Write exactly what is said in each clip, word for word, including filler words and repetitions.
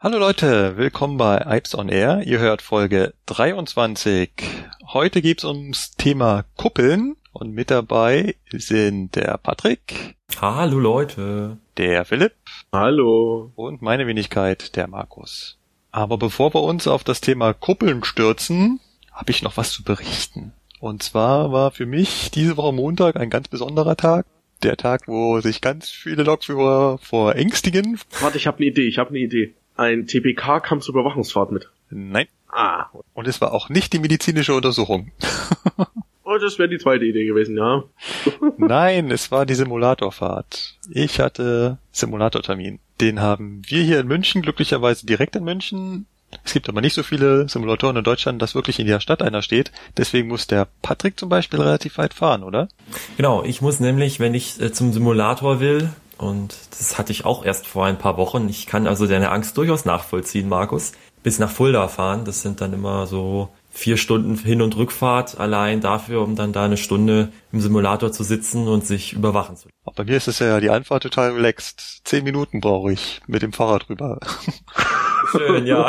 Hallo Leute, willkommen bei Ipes on Air. Ihr hört Folge dreiundzwanzig. Heute geht's ums Thema Kuppeln und mit dabei sind der Patrick. Hallo Leute. Der Philipp. Hallo. Und meine Wenigkeit, der Markus. Aber bevor wir uns auf das Thema Kuppeln stürzen, habe ich noch was zu berichten. Und zwar war für mich diese Woche Montag ein ganz besonderer Tag. Der Tag, wo sich ganz viele Lokführer verängstigen. Warte, ich habe eine Idee, ich habe eine Idee. Ein T P K kam zur Überwachungsfahrt mit. Nein. Ah. Und es war auch nicht die medizinische Untersuchung. Oh, das wäre die zweite Idee gewesen, ja. Nein, es war die Simulatorfahrt. Ich hatte Simulatortermin. Den haben wir hier in München, glücklicherweise direkt in München. Es gibt aber nicht so viele Simulatoren in Deutschland, dass wirklich in der Stadt einer steht. Deswegen muss der Patrick zum Beispiel relativ weit fahren, oder? Genau, ich muss nämlich, wenn ich äh, zum Simulator will, und das hatte ich auch erst vor ein paar Wochen, ich kann also deine Angst durchaus nachvollziehen, Markus, bis nach Fulda fahren. Das sind dann immer so vier Stunden Hin- und Rückfahrt allein dafür, um dann da eine Stunde im Simulator zu sitzen und sich überwachen zu lassen. Auch bei mir ist es ja die Anfahrt total relaxed. Zehn Minuten brauche ich mit dem Fahrrad rüber. Schön, ja.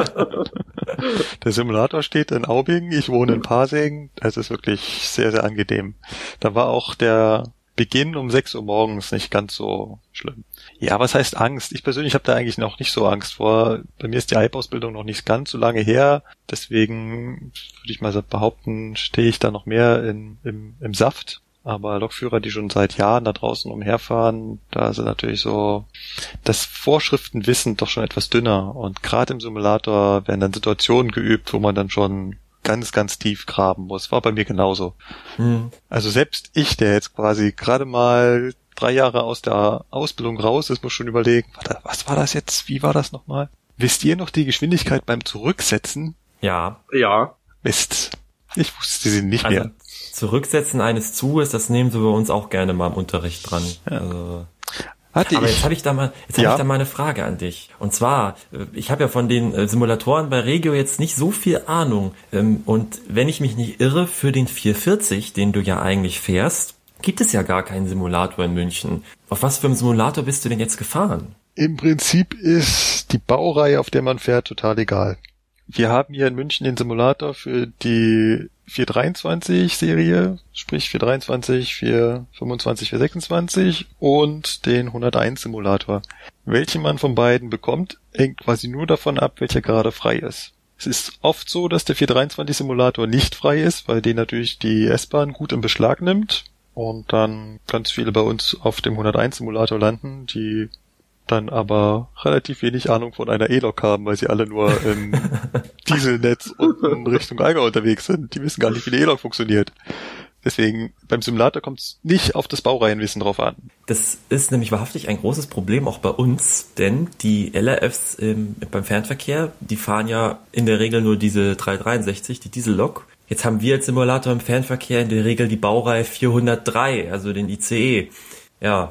Der Simulator steht in Aubing, ich wohne in Pasing. Es ist wirklich sehr, sehr angenehm. Da war auch der Beginn um sechs Uhr morgens nicht ganz so schlimm. Ja, was heißt Angst? Ich persönlich habe da eigentlich noch nicht so Angst vor. Bei mir ist die I P A-Ausbildung noch nicht ganz so lange her. Deswegen würde ich mal behaupten, stehe ich da noch mehr in, im, im Saft. Aber Lokführer, die schon seit Jahren da draußen umherfahren, da sind natürlich so das Vorschriftenwissen doch schon etwas dünner. Und gerade im Simulator werden dann Situationen geübt, wo man dann schon ganz, ganz tief graben muss. War bei mir genauso. Hm. Also selbst ich, der jetzt quasi gerade mal drei Jahre aus der Ausbildung raus ist, muss schon überlegen, warte, was war das jetzt? Wie war das nochmal? Wisst ihr noch die Geschwindigkeit beim Zurücksetzen? Ja. Ja. Mist. Ich wusste sie nicht also, mehr. Zurücksetzen eines Zuges, das nehmen sie bei uns auch gerne mal im Unterricht dran. Ja. Also Hatte Aber ich. jetzt habe ich da mal, jetzt ja. habe ich da mal eine Frage an dich. Und zwar, ich habe ja von den Simulatoren bei Regio jetzt nicht so viel Ahnung. Und wenn ich mich nicht irre, für den vierhundertvierzig, den du ja eigentlich fährst, gibt es ja gar keinen Simulator in München. Auf was für einem Simulator bist du denn jetzt gefahren? Im Prinzip ist die Baureihe, auf der man fährt, total egal. Wir haben hier in München den Simulator für die vierhundertdreiundzwanzig-Serie, sprich vierhundertdreiundzwanzig, vierhundertfünfundzwanzig, vierhundertsechsundzwanzig und den hunderteins-Simulator. Welchen man von beiden bekommt, hängt quasi nur davon ab, welcher gerade frei ist. Es ist oft so, dass der vierhundertdreiundzwanzig-Simulator nicht frei ist, weil den natürlich die S-Bahn gut in Beschlag nimmt und dann ganz viele bei uns auf dem hunderteins-Simulator landen, die dann aber relativ wenig Ahnung von einer E-Lok haben, weil sie alle nur im Dieselnetz und in Richtung Allgäu unterwegs sind. Die wissen gar nicht, wie die E-Lok funktioniert. Deswegen, beim Simulator kommt es nicht auf das Baureihenwissen drauf an. Das ist nämlich wahrhaftig ein großes Problem auch bei uns, denn die L R Fs im, beim Fernverkehr, die fahren ja in der Regel nur diese dreihundertdreiundsechzig, die Diesellok. Jetzt haben wir als Simulator im Fernverkehr in der Regel die Baureihe vierhundertdrei, also den I C E. Ja,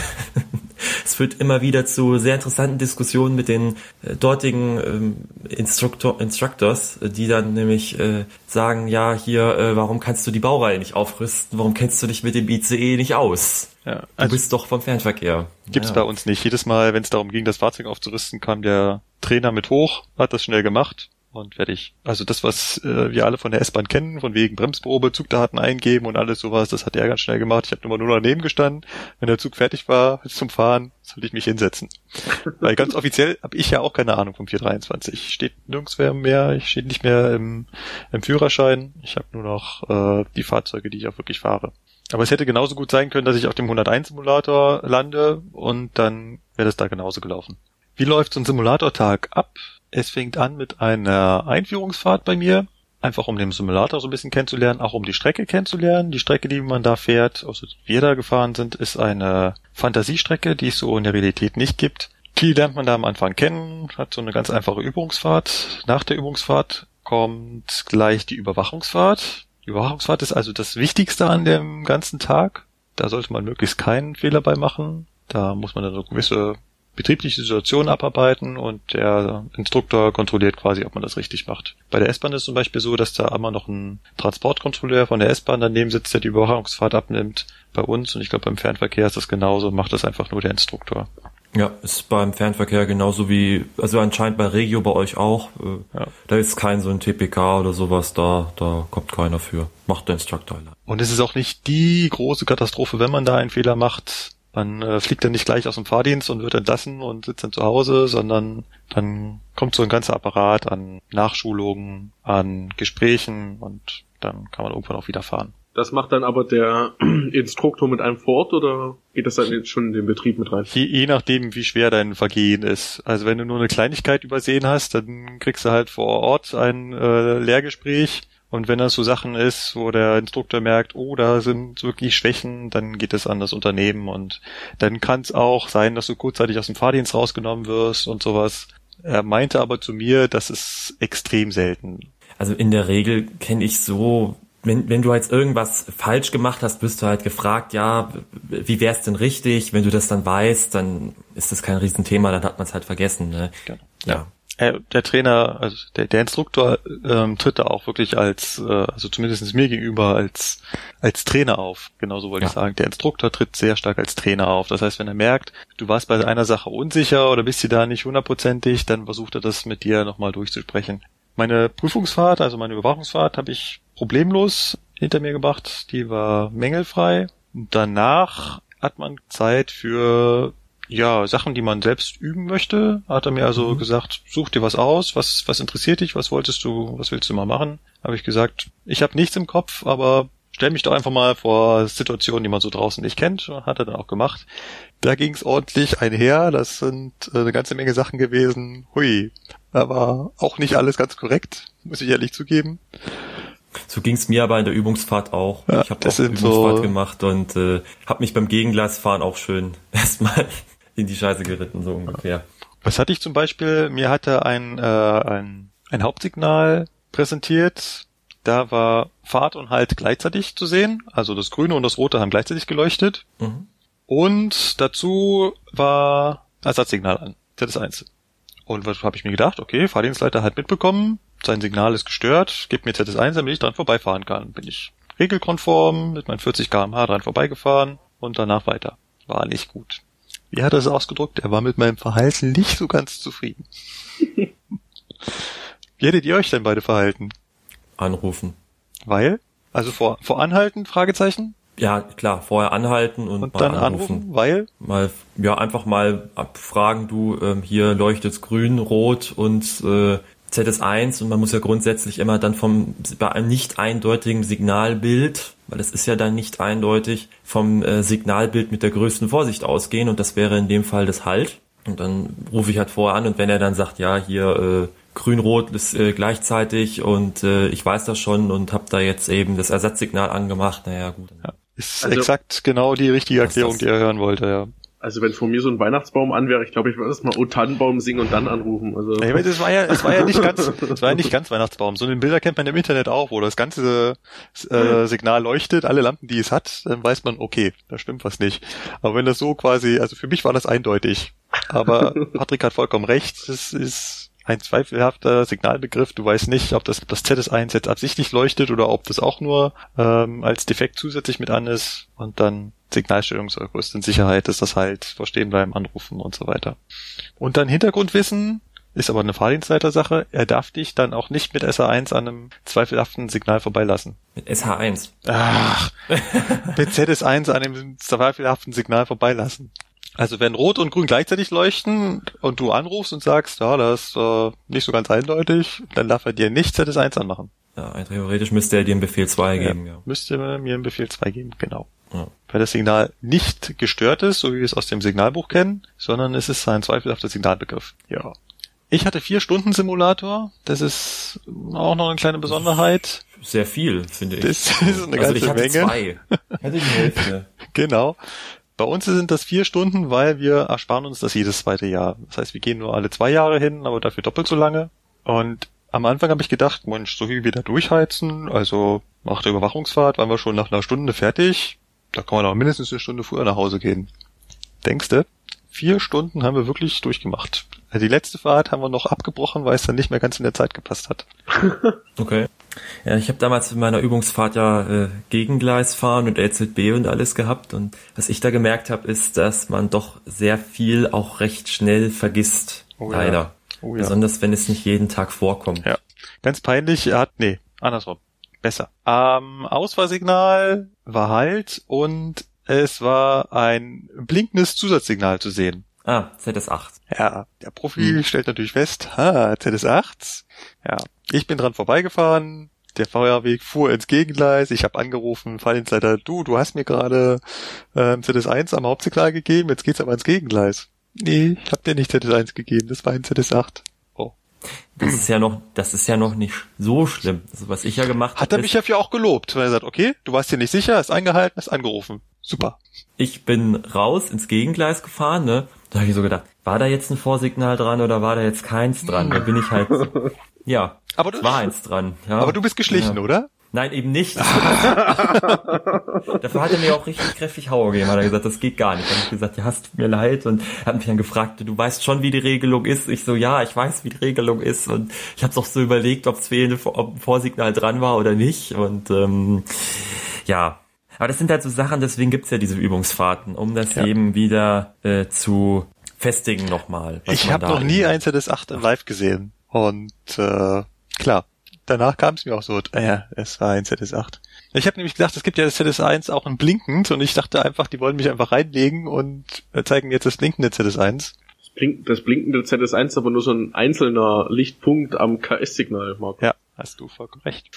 es führt immer wieder zu sehr interessanten Diskussionen mit den äh, dortigen ähm, Instruktor, Instructors, die dann nämlich äh, sagen, ja, hier, äh, warum kannst du die Baureihe nicht aufrüsten? Warum kennst du dich mit dem I C E nicht aus? Ja, also du bist doch vom Fernverkehr. Gibt's ja bei uns nicht. Jedes Mal, wenn es darum ging, das Fahrzeug aufzurüsten, kam der Trainer mit hoch, hat das schnell gemacht. Und fertig. Also das, was äh, wir alle von der S-Bahn kennen, von wegen Bremsprobe, Zugdaten eingeben und alles sowas, das hat er ganz schnell gemacht. Ich habe immer nur daneben gestanden. Wenn der Zug fertig war zum Fahren, sollte ich mich hinsetzen. Weil ganz offiziell habe ich ja auch keine Ahnung vom vierhundertdreiundzwanzig. Steht nirgends mehr, ich stehe nicht mehr im, im Führerschein. Ich habe nur noch äh, die Fahrzeuge, die ich auch wirklich fahre. Aber es hätte genauso gut sein können, dass ich auf dem hunderteins-Simulator lande und dann wäre das da genauso gelaufen. Wie läuft so ein Simulatortag ab? Es fängt an mit einer Einführungsfahrt bei mir, einfach um den Simulator so ein bisschen kennenzulernen, auch um die Strecke kennenzulernen. Die Strecke, die man da fährt, also die wir da gefahren sind, ist eine Fantasiestrecke, die es so in der Realität nicht gibt. Die lernt man da am Anfang kennen, hat so eine ganz einfache Übungsfahrt. Nach der Übungsfahrt kommt gleich die Überwachungsfahrt. Die Überwachungsfahrt ist also das Wichtigste an dem ganzen Tag. Da sollte man möglichst keinen Fehler bei machen. Da muss man dann so gewisse betriebliche Situation abarbeiten und der Instruktor kontrolliert quasi, ob man das richtig macht. Bei der S-Bahn ist es zum Beispiel so, dass da immer noch ein Transportkontrolleur von der S-Bahn daneben sitzt, der die Überwachungsfahrt abnimmt. Bei uns, und ich glaube beim Fernverkehr ist das genauso, macht das einfach nur der Instruktor. Ja, ist beim Fernverkehr genauso wie, also anscheinend bei Regio bei euch auch. Äh, ja. Da ist kein so ein T P K oder sowas, da da kommt keiner für. Macht der Instructor allein. Und es ist auch nicht die große Katastrophe, wenn man da einen Fehler macht. Man äh, fliegt dann nicht gleich aus dem Fahrdienst und wird entlassen und sitzt dann zu Hause, sondern dann kommt so ein ganzer Apparat an Nachschulungen, an Gesprächen und dann kann man irgendwann auch wieder fahren. Das macht dann aber der Instruktor mit einem vor Ort oder geht das dann jetzt schon in den Betrieb mit rein? Je, je nachdem, wie schwer dein Vergehen ist. Also wenn du nur eine Kleinigkeit übersehen hast, dann kriegst du halt vor Ort ein äh, Lehrgespräch. Und wenn das so Sachen ist, wo der Instruktor merkt, oh, da sind wirklich Schwächen, dann geht es an das Unternehmen. Und dann kann es auch sein, dass du kurzzeitig aus dem Fahrdienst rausgenommen wirst und sowas. Er meinte aber zu mir, das ist extrem selten. Also in der Regel kenne ich so... Wenn, wenn du jetzt irgendwas falsch gemacht hast, wirst du halt gefragt, ja, wie wär's denn richtig? Wenn du das dann weißt, dann ist das kein Riesenthema, dann hat man es halt vergessen. Ne? Genau. Ja. ja. Der Trainer, also der, der Instruktor ähm, tritt da auch wirklich als, äh, also zumindest mir gegenüber, als als Trainer auf. Genauso wollte ja. ich sagen. Der Instruktor tritt sehr stark als Trainer auf. Das heißt, wenn er merkt, du warst bei einer Sache unsicher oder bist dir da nicht hundertprozentig, dann versucht er das mit dir nochmal durchzusprechen. Meine Prüfungsfahrt, also meine Überwachungsfahrt, habe ich problemlos hinter mir gebracht. Die war mängelfrei. Danach hat man Zeit für ja Sachen, die man selbst üben möchte. Hat er mir also mhm. gesagt, such dir was aus, was was interessiert dich, was wolltest du, was willst du mal machen? Habe ich gesagt, ich habe nichts im Kopf, aber stell mich doch einfach mal vor Situationen, die man so draußen nicht kennt. Hat er dann auch gemacht. Da ging es ordentlich einher. Das sind äh, eine ganze Menge Sachen gewesen. Hui, aber auch nicht alles ganz korrekt, muss ich ehrlich zugeben. So ging's mir aber in der Übungsfahrt auch. Ja, ich habe auch eine Übungsfahrt so gemacht und äh, habe mich beim Gegengleisfahren auch schön erstmal in die Scheiße geritten, so ungefähr. Was hatte ich zum Beispiel? Mir hatte ein, äh, ein, ein Hauptsignal präsentiert. Da war Fahrt und Halt gleichzeitig zu sehen. Also das Grüne und das Rote haben gleichzeitig geleuchtet. Mhm. Und dazu war Ersatzsignal an. Z S eins. Und was habe ich mir gedacht? Okay, Fahrdienstleiter hat mitbekommen, sein Signal ist gestört, gibt mir Z S eins, damit ich dran vorbeifahren kann. Bin ich regelkonform mit meinen vierzig Kilometer pro Stunde dran vorbeigefahren und danach weiter. War nicht gut. Wie hat er es ausgedrückt? Er war mit meinem Verhalten nicht so ganz zufrieden. Wie hättet ihr euch denn beide verhalten? Anrufen. Weil? Also vor, vor Anhalten? Fragezeichen? Ja, klar, vorher anhalten und, und mal dann anrufen. anrufen, weil? Mal, ja, einfach mal abfragen, du, ähm, hier leuchtet's grün, rot und äh, Z S eins und man muss ja grundsätzlich immer dann vom, bei einem nicht eindeutigen Signalbild, weil es ist ja dann nicht eindeutig, vom äh, Signalbild mit der größten Vorsicht ausgehen und das wäre in dem Fall das Halt. Und dann rufe ich halt vorher an und wenn er dann sagt, ja, hier äh, grün-rot ist äh, gleichzeitig und äh, ich weiß das schon und habe da jetzt eben das Ersatzsignal angemacht, naja, gut. Ja, ist also, exakt genau die richtige Erklärung, die er hören wollte, ja. Also wenn vor mir so ein Weihnachtsbaum an wäre, ich glaube, ich würde erstmal O Tannenbaum singen und dann anrufen. Also ja, das war ja, das war ja nicht ganz, das war ja nicht ganz Weihnachtsbaum. So eine Bilder kennt man im Internet auch, wo das ganze äh, Signal leuchtet, alle Lampen, die es hat, dann weiß man, okay, da stimmt was nicht. Aber wenn das so quasi, also für mich war das eindeutig. Aber Patrick hat vollkommen recht, das ist ein zweifelhafter Signalbegriff. Du weißt nicht, ob das, das Z S eins jetzt absichtlich leuchtet oder ob das auch nur ähm, als Defekt zusätzlich mit an ist. Und dann Signalstellung zur größten Sicherheit ist das halt Verstehen bleiben, Anrufen und so weiter. Und dann Hintergrundwissen ist aber eine Fahrdienstleiter-Sache. Er darf dich dann auch nicht mit S H eins an einem zweifelhaften Signal vorbeilassen. Mit S H eins? Ach, mit Z S eins an dem zweifelhaften Signal vorbeilassen. Also wenn Rot und Grün gleichzeitig leuchten und du anrufst und sagst, ja, das ist äh, nicht so ganz eindeutig, dann darf er dir nicht Z S eins anmachen. Ja, theoretisch müsste er dir einen Befehl zwei ja, geben, ja. Müsste mir einen Befehl zwei geben, genau. Ja. Weil das Signal nicht gestört ist, so wie wir es aus dem Signalbuch kennen, sondern es ist ein zweifelhafter Signalbegriff. Ja. Ich hatte vier Stunden Simulator. Das ist auch noch eine kleine Besonderheit. Sehr viel, finde ich. Das ist eine also ganze ich hatte Menge. Zwei. Ich hatte die Hälfte. Genau. Bei uns sind das vier Stunden, weil wir ersparen uns das jedes zweite Jahr. Das heißt, wir gehen nur alle zwei Jahre hin, aber dafür doppelt so lange. Und am Anfang habe ich gedacht, Mensch, so wie wir da durchheizen, also nach der Überwachungsfahrt waren wir schon nach einer Stunde fertig. Da kann man auch mindestens eine Stunde früher nach Hause gehen. Denkste? Vier Stunden haben wir wirklich durchgemacht. Die letzte Fahrt haben wir noch abgebrochen, weil es dann nicht mehr ganz in der Zeit gepasst hat. Okay. Ja, ich habe damals in meiner Übungsfahrt ja äh, Gegengleis fahren und L Z B und alles gehabt. Und was ich da gemerkt habe, ist, dass man doch sehr viel auch recht schnell vergisst. Oh ja. Leider. Oh ja. Besonders wenn es nicht jeden Tag vorkommt. Ja. Ganz peinlich, er hat, nee, andersrum. Besser. Ähm, Ausfahrsignal war halt und es war ein blinkendes Zusatzsignal zu sehen. Ah, Z S acht. Ja, der Profi hm. stellt natürlich fest, ha, Z S acht. Ja, ich bin dran vorbeigefahren, der Feuerweg fuhr ins Gegengleis, ich habe angerufen, Fahrdienstleiter, du, du hast mir gerade ähm, Z S eins am Hauptsignal gegeben, jetzt geht's aber ins Gegengleis. Nee, ich hab dir nicht Z S eins gegeben, das war ein Z S acht. Oh. Das ist ja noch, das ist ja noch nicht so schlimm. Also was ich ja gemacht habe. Hat er mich dafür auch gelobt, weil er sagt, okay, du warst dir nicht sicher, hast eingehalten, hast angerufen. Super. Ich bin raus ins Gegengleis gefahren, ne? Da habe ich so gedacht, war da jetzt ein Vorsignal dran oder war da jetzt keins dran? Da bin ich halt, ja, aber du, war eins dran. Ja. Aber du bist geschlichen, ja. oder? Nein, eben nicht. Dafür hat er mir auch richtig kräftig Hauer gegeben. Hat er gesagt, das geht gar nicht. Dann habe ich gesagt, ja, es tut mir leid. Und hat mich dann gefragt, du weißt schon, wie die Regelung ist? Ich so, ja, ich weiß, wie die Regelung ist. Und ich habe auch so überlegt, ob es fehlende, ob ein Vorsignal dran war oder nicht. Und ähm, ja, aber das sind halt so Sachen, deswegen gibt's ja diese Übungsfahrten, um das ja. eben wieder äh, zu festigen nochmal. Ich habe noch nie ein Z S acht in live gesehen. Und äh, klar. Danach kam es mir auch so, ah ja, es war ein Z S acht. Ich habe nämlich gedacht, es gibt ja das Z S eins auch in blinkend und ich dachte einfach, die wollen mich einfach reinlegen und zeigen jetzt das blinkende Z S eins. Das, blink, das blinkende Z S eins ist aber nur so ein einzelner Lichtpunkt am K S-Signal, Marco. Ja, hast du vollkommen recht.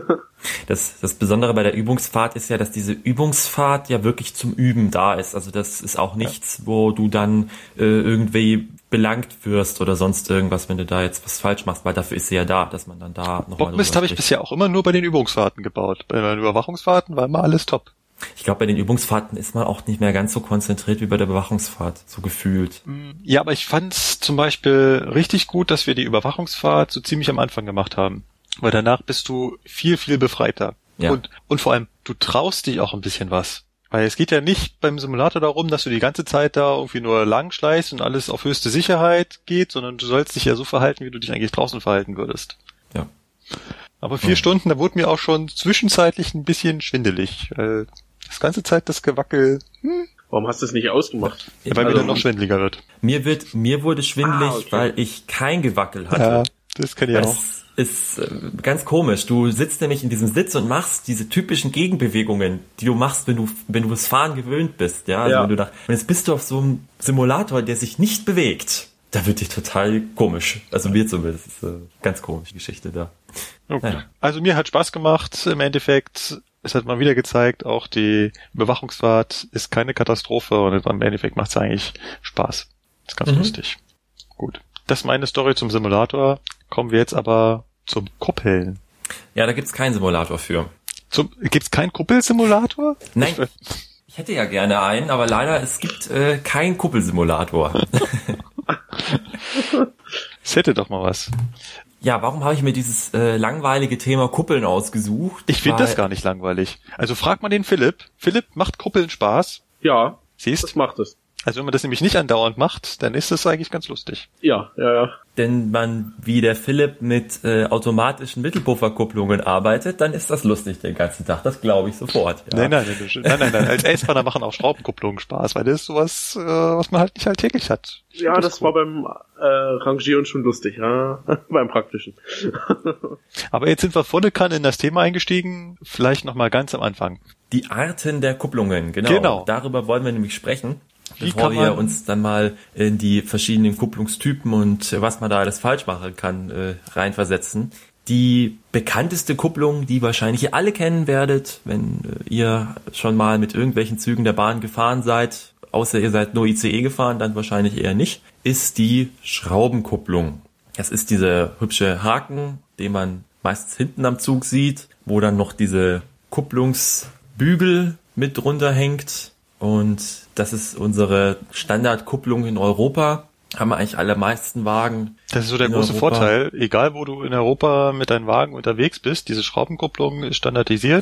Das, das Besondere bei der Übungsfahrt ist ja, dass diese Übungsfahrt ja wirklich zum Üben da ist. Also das ist auch nichts, ja. wo du dann äh, irgendwie belangt wirst oder sonst irgendwas, wenn du da jetzt was falsch machst, weil dafür ist sie ja da, dass man dann da nochmal... Bockmist habe ich bisher auch immer nur bei den Übungsfahrten gebaut. Bei den Überwachungsfahrten war immer alles top. Ich glaube, bei den Übungsfahrten ist man auch nicht mehr ganz so konzentriert wie bei der Überwachungsfahrt, so gefühlt. Ja, aber ich fand's zum Beispiel richtig gut, dass wir die Überwachungsfahrt so ziemlich am Anfang gemacht haben. Weil danach bist du viel, viel befreiter. Ja. Und, und vor allem, du traust dich auch ein bisschen was. Weil es geht ja nicht beim Simulator darum, dass du die ganze Zeit da irgendwie nur lang schleichst und alles auf höchste Sicherheit geht, sondern du sollst dich ja so verhalten, wie du dich eigentlich draußen verhalten würdest. Ja. Aber vier ja. Stunden, da wurde mir auch schon zwischenzeitlich ein bisschen schwindelig. Weil das ganze Zeit das Gewackel... Hm. Warum hast du es nicht ausgemacht? Ja, weil also, mir dann noch schwindeliger wird. Mir wird, mir wurde schwindelig, ah, okay. weil ich kein Gewackel hatte. Ja, das kann ich das auch. Ist äh, ganz komisch. Du sitzt nämlich in diesem Sitz und machst diese typischen Gegenbewegungen, die du machst, wenn du wenn du das Fahren gewöhnt bist, ja. Also ja. wenn du da, und jetzt bist du auf so einem Simulator, der sich nicht bewegt. Da wird dich total komisch. Also mir zumindest. Das ist eine ganz komische Geschichte da. Okay. Ja. Also mir hat Spaß gemacht. Im Endeffekt, es hat mal wieder gezeigt, auch die Überwachungsfahrt ist keine Katastrophe und im Endeffekt macht es eigentlich Spaß. Das ist ganz mhm. lustig. Gut. Das ist meine Story zum Simulator. Kommen wir jetzt aber zum Kuppeln. Ja, da gibt's keinen Simulator für. Zum, gibt's keinen Kuppelsimulator? Nein. Ich, ich hätte ja gerne einen, aber leider, es gibt äh, keinen Kuppelsimulator. Es hätte doch mal was. Ja, warum habe ich mir dieses äh, langweilige Thema Kuppeln ausgesucht? Ich finde das gar nicht langweilig. Also frag mal den Philipp. Philipp, macht Kuppeln Spaß? Ja, siehst? Das macht es. Also wenn man das nämlich nicht andauernd macht, dann ist das eigentlich ganz lustig. Ja, ja, ja. Denn man, wie der Philipp, mit äh, automatischen Mittelpufferkupplungen arbeitet, dann ist das lustig den ganzen Tag. Das glaube ich sofort. Ja. Nein, nein, nein, nein, nein, nein. Als S-Bahner machen auch Schraubenkupplungen Spaß, weil das ist sowas, äh, was man halt nicht alltäglich hat. Ja, das, das cool. war beim äh, Rangieren schon lustig, ja, beim Praktischen. Aber jetzt sind wir volle Kanne in das Thema eingestiegen, vielleicht nochmal ganz am Anfang. Die Arten der Kupplungen, genau. genau. Darüber wollen wir nämlich sprechen. Wie bevor wir uns dann mal in die verschiedenen Kupplungstypen und was man da alles falsch machen kann, äh, reinversetzen. Die bekannteste Kupplung, die wahrscheinlich ihr alle kennen werdet, wenn äh, ihr schon mal mit irgendwelchen Zügen der Bahn gefahren seid, außer ihr seid nur I C E gefahren, dann wahrscheinlich eher nicht, ist die Schraubenkupplung. Das ist dieser hübsche Haken, den man meistens hinten am Zug sieht, wo dann noch diese Kupplungsbügel mit drunter hängt. Und das ist unsere Standardkupplung in Europa. Haben wir eigentlich alle meisten Wagen. Das ist so der große Europa. Vorteil. Egal, wo du in Europa mit deinem Wagen unterwegs bist, diese Schraubenkupplung ist standardisiert.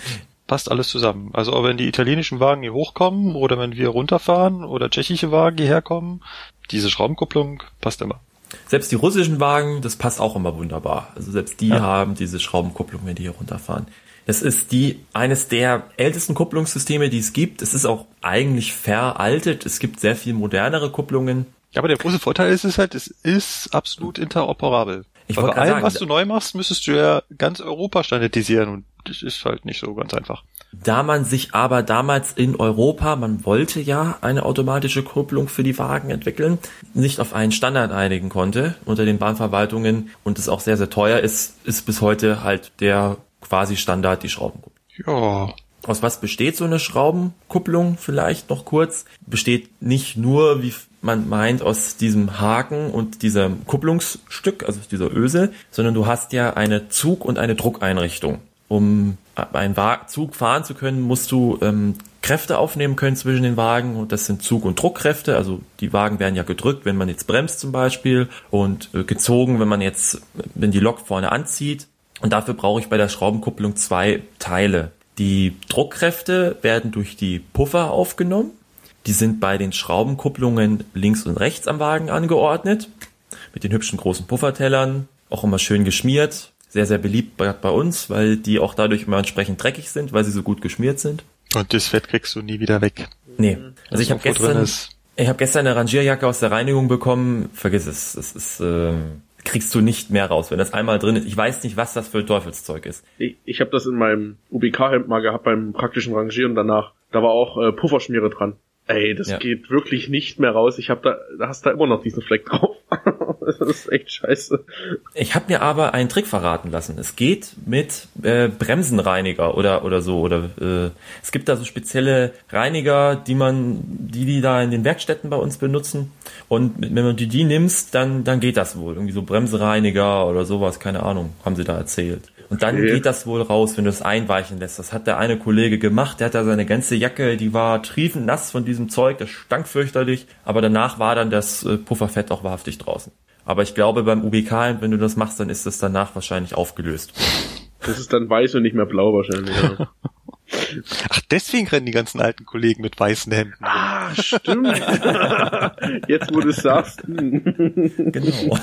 passt alles zusammen. Also auch wenn die italienischen Wagen hier hochkommen oder wenn wir runterfahren oder tschechische Wagen hierher kommen, diese Schraubenkupplung passt immer. Selbst die russischen Wagen, das passt auch immer wunderbar. Also selbst die ja. haben diese Schraubenkupplung, wenn die hier runterfahren. Das ist die eines der ältesten Kupplungssysteme, die es gibt. Es ist auch eigentlich veraltet. Es gibt sehr viel modernere Kupplungen. Ja, aber der große Vorteil ist es halt, es ist absolut interoperabel. Ich Weil wollte bei allem, sagen, was du neu machst, müsstest du ja ganz Europa standardisieren und das ist halt nicht so ganz einfach. Da man sich aber damals in Europa, man wollte ja eine automatische Kupplung für die Wagen entwickeln, nicht auf einen Standard einigen konnte unter den Bahnverwaltungen und es auch sehr, sehr teuer ist, ist bis heute halt der quasi Standard die Schraubenkupplung. Ja. Aus was besteht so eine Schraubenkupplung vielleicht noch kurz? Besteht nicht nur, wie man meint, aus diesem Haken und diesem Kupplungsstück, also aus dieser Öse, sondern du hast ja eine Zug- und eine Druckeinrichtung. Um einen Zug fahren zu können, musst du ähm, Kräfte aufnehmen können zwischen den Wagen und das sind Zug- und Druckkräfte. Also die Wagen werden ja gedrückt, wenn man jetzt bremst zum Beispiel und äh, gezogen, wenn man jetzt, wenn die Lok vorne anzieht. Und dafür brauche ich bei der Schraubenkupplung zwei Teile. Die Druckkräfte werden durch die Puffer aufgenommen. Die sind bei den Schraubenkupplungen links und rechts am Wagen angeordnet. Mit den hübschen großen Puffertellern. Auch immer schön geschmiert. Sehr, sehr beliebt bei, bei uns, weil die auch dadurch immer entsprechend dreckig sind, weil sie so gut geschmiert sind. Und das Fett kriegst du nie wieder weg. Nee. Also ich habe gestern, ist. ich habe gestern eine Rangierjacke aus der Reinigung bekommen. Vergiss es. Das ist, ähm, kriegst du nicht mehr raus, wenn das einmal drin ist. Ich weiß nicht, was das für Teufelszeug ist. Ich, ich habe das in meinem U B K-Hemd mal gehabt beim praktischen Rangieren danach. Da war auch äh, Pufferschmiere dran. Ey, das ja. geht wirklich nicht mehr raus. Ich hab da, da hast da immer noch diesen Fleck drauf. Das ist echt scheiße. Ich habe mir aber einen Trick verraten lassen. Es geht mit äh, Bremsenreiniger oder oder so oder äh, es gibt da so spezielle Reiniger, die man, die die da in den Werkstätten bei uns benutzen. Und wenn man die die nimmst, dann dann geht das wohl. Irgendwie so Bremsenreiniger oder sowas, keine Ahnung, haben sie da erzählt. Und dann okay. geht das wohl raus, wenn du es einweichen lässt. Das hat der eine Kollege gemacht. Der hat da seine ganze Jacke, die war triefend nass von diesem Zeug. Das stank fürchterlich. Aber danach war dann das Pufferfett auch wahrhaftig draußen. Aber ich glaube, beim U B K, wenn du das machst, dann ist das danach wahrscheinlich aufgelöst. Das ist dann weiß und nicht mehr blau wahrscheinlich. Ja. Ach, deswegen rennen die ganzen alten Kollegen mit weißen Hemden. Ah, stimmt. Jetzt, wo du es sagst. Genau.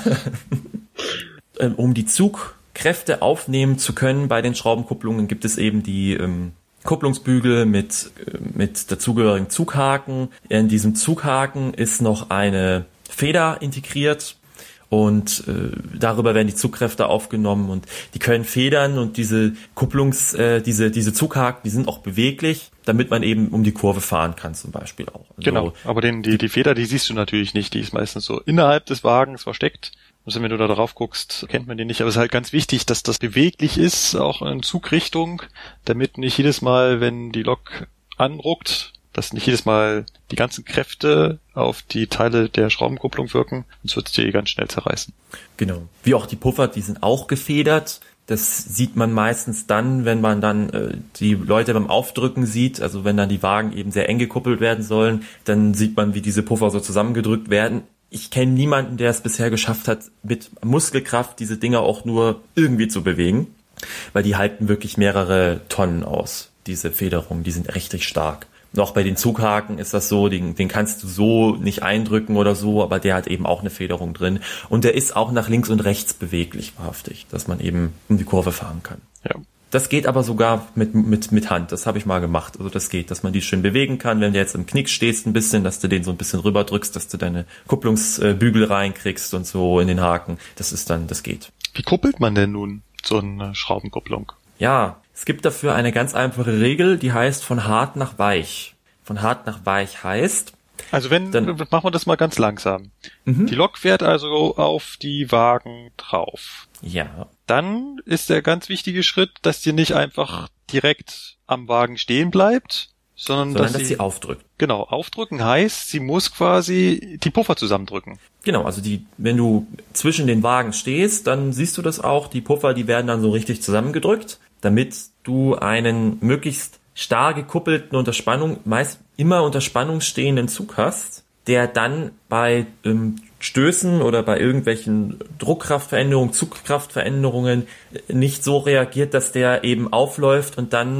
Um die Zugkräfte aufnehmen zu können bei den Schraubenkupplungen, gibt es eben die ähm, Kupplungsbügel mit, mit dazugehörigen Zughaken. In diesem Zughaken ist noch eine Feder integriert. Und äh, darüber werden die Zugkräfte aufgenommen und die können federn und diese Kupplungs, äh, diese diese Zughaken, die sind auch beweglich, damit man eben um die Kurve fahren kann zum Beispiel auch. Also, genau, aber den, die die Feder, die siehst du natürlich nicht, die ist meistens so innerhalb des Wagens versteckt. Also wenn du da drauf guckst, kennt man die nicht, aber es ist halt ganz wichtig, dass das beweglich ist, auch in Zugrichtung, damit nicht jedes Mal, wenn die Lok anruckt, dass nicht jedes Mal die ganzen Kräfte auf die Teile der Schraubenkupplung wirken, sonst wird es dir ganz schnell zerreißen. Genau. Wie auch die Puffer, die sind auch gefedert. Das sieht man meistens dann, wenn man dann äh, die Leute beim Aufdrücken sieht, also wenn dann die Wagen eben sehr eng gekuppelt werden sollen, dann sieht man, wie diese Puffer so zusammengedrückt werden. Ich kenne niemanden, der es bisher geschafft hat, mit Muskelkraft diese Dinger auch nur irgendwie zu bewegen, weil die halten wirklich mehrere Tonnen aus, diese Federungen, die sind richtig stark. Noch bei den Zughaken ist das so, den, den kannst du so nicht eindrücken oder so, aber der hat eben auch eine Federung drin. Und der ist auch nach links und rechts beweglich, wahrhaftig, dass man eben um die Kurve fahren kann. Ja. Das geht aber sogar mit, mit, mit Hand, das habe ich mal gemacht. Also das geht, dass man die schön bewegen kann, wenn du jetzt im Knick stehst ein bisschen, dass du den so ein bisschen rüberdrückst, dass du deine Kupplungsbügel reinkriegst und so in den Haken. Das ist dann, das geht. Wie kuppelt man denn nun so eine Schraubenkupplung? Ja, es gibt dafür eine ganz einfache Regel, die heißt von hart nach weich. Von hart nach weich heißt... Also wenn, dann machen wir das mal ganz langsam. Mhm. Die Lok fährt also auf die Wagen drauf. Ja. Dann ist der ganz wichtige Schritt, dass die nicht einfach direkt am Wagen stehen bleibt, sondern, sondern dass, dass sie, sie aufdrückt. Genau, aufdrücken heißt, sie muss quasi die Puffer zusammendrücken. Genau, also die, wenn du zwischen den Wagen stehst, dann siehst du das auch, die Puffer, die werden dann so richtig zusammengedrückt, damit du einen möglichst starr gekuppelten, unter Spannung, meist immer unter Spannung stehenden Zug hast, der dann bei ähm, Stößen oder bei irgendwelchen Druckkraftveränderungen, Zugkraftveränderungen nicht so reagiert, dass der eben aufläuft und dann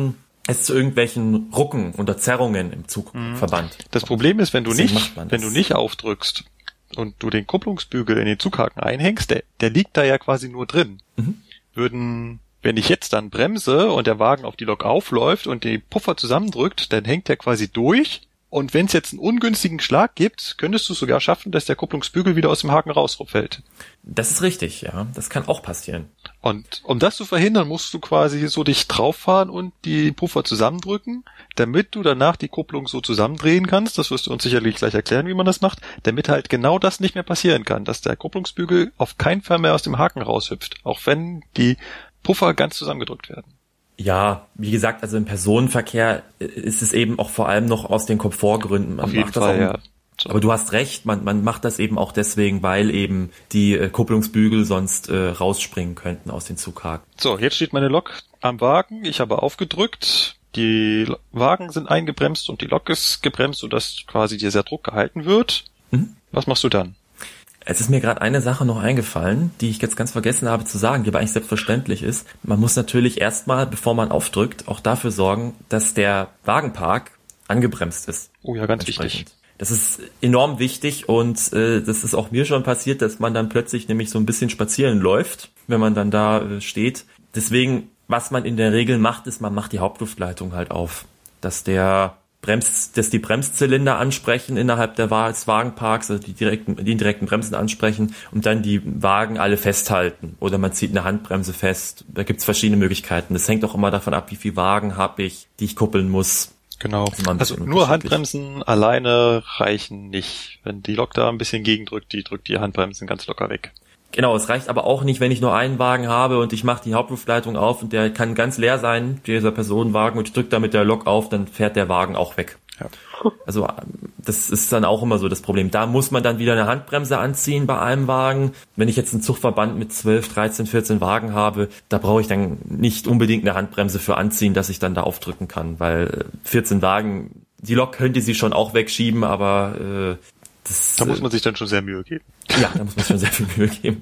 es zu irgendwelchen Rucken oder Zerrungen im Zugverband. Das Problem ist, wenn du Deswegen nicht, macht man wenn das. du nicht aufdrückst und du den Kupplungsbügel in den Zughaken einhängst, der, der liegt da ja quasi nur drin. Mhm. Würden, wenn ich jetzt dann bremse und der Wagen auf die Lok aufläuft und den Puffer zusammendrückt, dann hängt der quasi durch. Und wenn es jetzt einen ungünstigen Schlag gibt, könntest du es sogar schaffen, dass der Kupplungsbügel wieder aus dem Haken rausfällt. Das ist richtig, ja. Das kann auch passieren. Und um das zu verhindern, musst du quasi so dich drauffahren und die Puffer zusammendrücken, damit du danach die Kupplung so zusammendrehen kannst. Das wirst du uns sicherlich gleich erklären, wie man das macht, damit halt genau das nicht mehr passieren kann, dass der Kupplungsbügel auf keinen Fall mehr aus dem Haken raushüpft, auch wenn die Puffer ganz zusammengedrückt werden. Ja, wie gesagt, also im Personenverkehr ist es eben auch vor allem noch aus den Komfortgründen. Man Auf jeden macht das Fall, auch, ja. So. Aber du hast recht, man, man macht das eben auch deswegen, weil eben die äh, Kupplungsbügel sonst äh, rausspringen könnten aus den Zughaken. So, jetzt steht meine Lok am Wagen. Ich habe aufgedrückt. Die Wagen sind eingebremst und die Lok ist gebremst, sodass quasi dieser Druck gehalten wird. Mhm. Was machst du dann? Es ist mir gerade eine Sache noch eingefallen, die ich jetzt ganz vergessen habe zu sagen, die aber eigentlich selbstverständlich ist. Man muss natürlich erstmal, bevor man aufdrückt, auch dafür sorgen, dass der Wagenpark angebremst ist. Oh ja, ganz wichtig. Das ist enorm wichtig und äh, das ist auch mir schon passiert, dass man dann plötzlich nämlich so ein bisschen spazieren läuft, wenn man dann da äh, steht. Deswegen, was man in der Regel macht, ist, man macht die Hauptluftleitung halt auf, dass der Brems, dass die Bremszylinder ansprechen innerhalb der Wa- des Wagenparks, also die direkten, die indirekten Bremsen ansprechen und dann die Wagen alle festhalten. Oder man zieht eine Handbremse fest. Da gibt's verschiedene Möglichkeiten. Das hängt auch immer davon ab, wie viele Wagen habe ich, die ich kuppeln muss. Genau. Das ist immer ein Also bisschen nur unterschiedlich. Handbremsen alleine reichen nicht. Wenn die Lok da ein bisschen gegendrückt, die drückt die Handbremsen ganz locker weg. Genau, es reicht aber auch nicht, wenn ich nur einen Wagen habe und ich mache die Hauptluftleitung auf und der kann ganz leer sein, dieser Personenwagen, und ich drücke da mit der Lok auf, dann fährt der Wagen auch weg. Ja. Also das ist dann auch immer so das Problem. Da muss man dann wieder eine Handbremse anziehen bei einem Wagen. Wenn ich jetzt einen Zugverband mit zwölf, dreizehn, vierzehn Wagen habe, da brauche ich dann nicht unbedingt eine Handbremse für anziehen, dass ich dann da aufdrücken kann, weil vierzehn Wagen, die Lok könnte sie schon auch wegschieben, aber äh, das, Da muss man sich dann schon sehr Mühe geben. ja, da muss man schon sehr viel Mühe geben.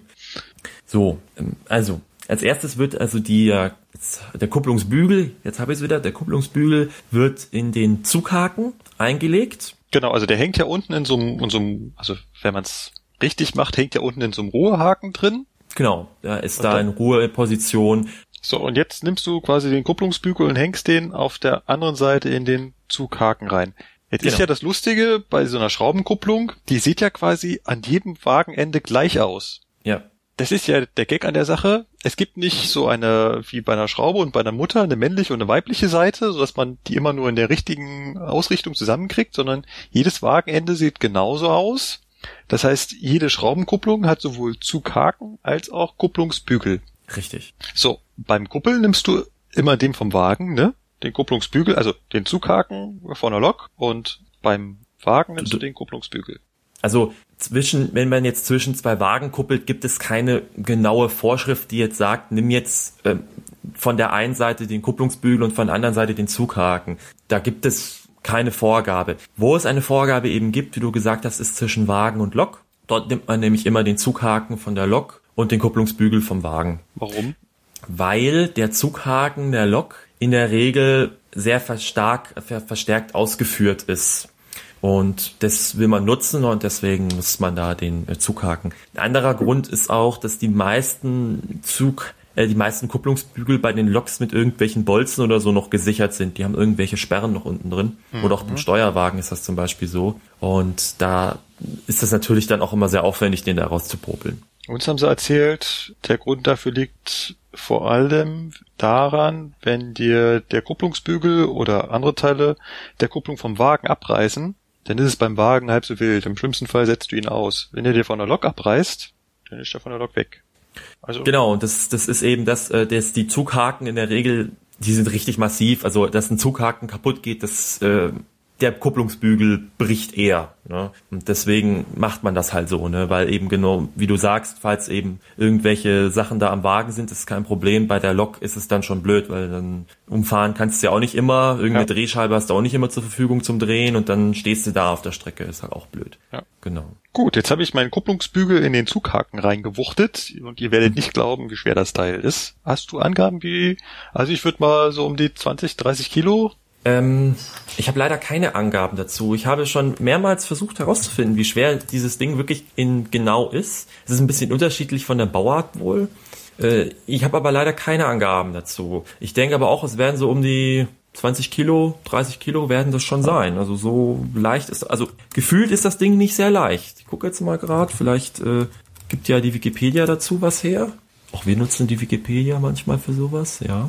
So, also als erstes wird also die, jetzt, der Kupplungsbügel, jetzt habe ich es wieder, der Kupplungsbügel wird in den Zughaken eingelegt. Genau, also der hängt ja unten in so einem, in so einem, also wenn man es richtig macht, hängt ja unten in so einem Ruhehaken drin. Genau, da ist Und da dann- in Ruheposition. So, und jetzt nimmst du quasi den Kupplungsbügel und hängst den auf der anderen Seite in den Zughaken rein. Jetzt ist Genau. ja das Lustige bei so einer Schraubenkupplung, die sieht ja quasi an jedem Wagenende gleich aus. Ja, Das ist ja der Gag an der Sache. Es gibt nicht so eine, wie bei einer Schraube und bei einer Mutter, eine männliche und eine weibliche Seite, sodass man die immer nur in der richtigen Ausrichtung zusammenkriegt, sondern jedes Wagenende sieht genauso aus. Das heißt, jede Schraubenkupplung hat sowohl Zughaken als auch Kupplungsbügel. richtig. So, beim Kuppeln nimmst du immer den vom Wagen, ne? Den Kupplungsbügel, also den Zughaken von der Lok, und beim Wagen nimmst du den Kupplungsbügel. Also zwischen, wenn man jetzt zwischen zwei Wagen kuppelt, gibt es keine genaue Vorschrift, die jetzt sagt, nimm jetzt ähm, von der einen Seite den Kupplungsbügel und von der anderen Seite den Zughaken. Da gibt es keine Vorgabe. Wo es eine Vorgabe eben gibt, wie du gesagt hast, ist zwischen Wagen und Lok. Dort nimmt man nämlich immer den Zughaken von der Lok und den Kupplungsbügel vom Wagen. Warum? Weil der Zughaken der Lok in der Regel sehr verstark, ver, verstärkt ausgeführt ist. Und das will man nutzen und deswegen muss man da den äh, Zughaken. Ein anderer Grund ist auch, dass die meisten Zug, äh, die meisten Kupplungsbügel bei den Loks mit irgendwelchen Bolzen oder so noch gesichert sind. Die haben irgendwelche Sperren noch unten drin. Mhm. Oder auch beim Steuerwagen ist das zum Beispiel so. Und da ist das natürlich dann auch immer sehr aufwendig, den da rauszupopeln. Uns haben sie erzählt, der Grund dafür liegt vor allem daran, wenn dir der Kupplungsbügel oder andere Teile der Kupplung vom Wagen abreißen, dann ist es beim Wagen halb so wild. Im schlimmsten Fall setzt du ihn aus. Wenn er dir von der Lok abreißt, dann ist er von der Lok weg. Also Genau, und das, das ist eben das, äh, das, die Zughaken in der Regel, die sind richtig massiv. Also, dass ein Zughaken kaputt geht, das äh, der Kupplungsbügel bricht eher. Ne? Und deswegen macht man das halt so, ne? Weil eben genau, wie du sagst, falls eben irgendwelche Sachen da am Wagen sind, ist kein Problem. Bei der Lok ist es dann schon blöd, weil dann umfahren kannst du ja auch nicht immer. Irgendeine ja. Drehscheibe hast du auch nicht immer zur Verfügung zum Drehen und dann stehst du da auf der Strecke. Ist halt auch blöd. Ja. Genau. Gut, jetzt habe ich meinen Kupplungsbügel in den Zughaken reingewuchtet und ihr werdet nicht glauben, wie schwer das Teil ist. Hast du Angaben wie, also ich würde mal so um die zwanzig, dreißig Kilo? Ähm, ich habe leider keine Angaben dazu. Ich habe schon mehrmals versucht herauszufinden, wie schwer dieses Ding wirklich in genau ist. Es ist ein bisschen unterschiedlich von der Bauart wohl. Äh, ich habe aber leider keine Angaben dazu. Ich denke aber auch, es werden so um die zwanzig Kilo, dreißig Kilo werden das schon sein. Also so leicht ist, also gefühlt ist das Ding nicht sehr leicht. Ich gucke jetzt mal gerade, vielleicht äh, gibt ja die Wikipedia dazu was her. Auch wir nutzen die Wikipedia manchmal für sowas, ja.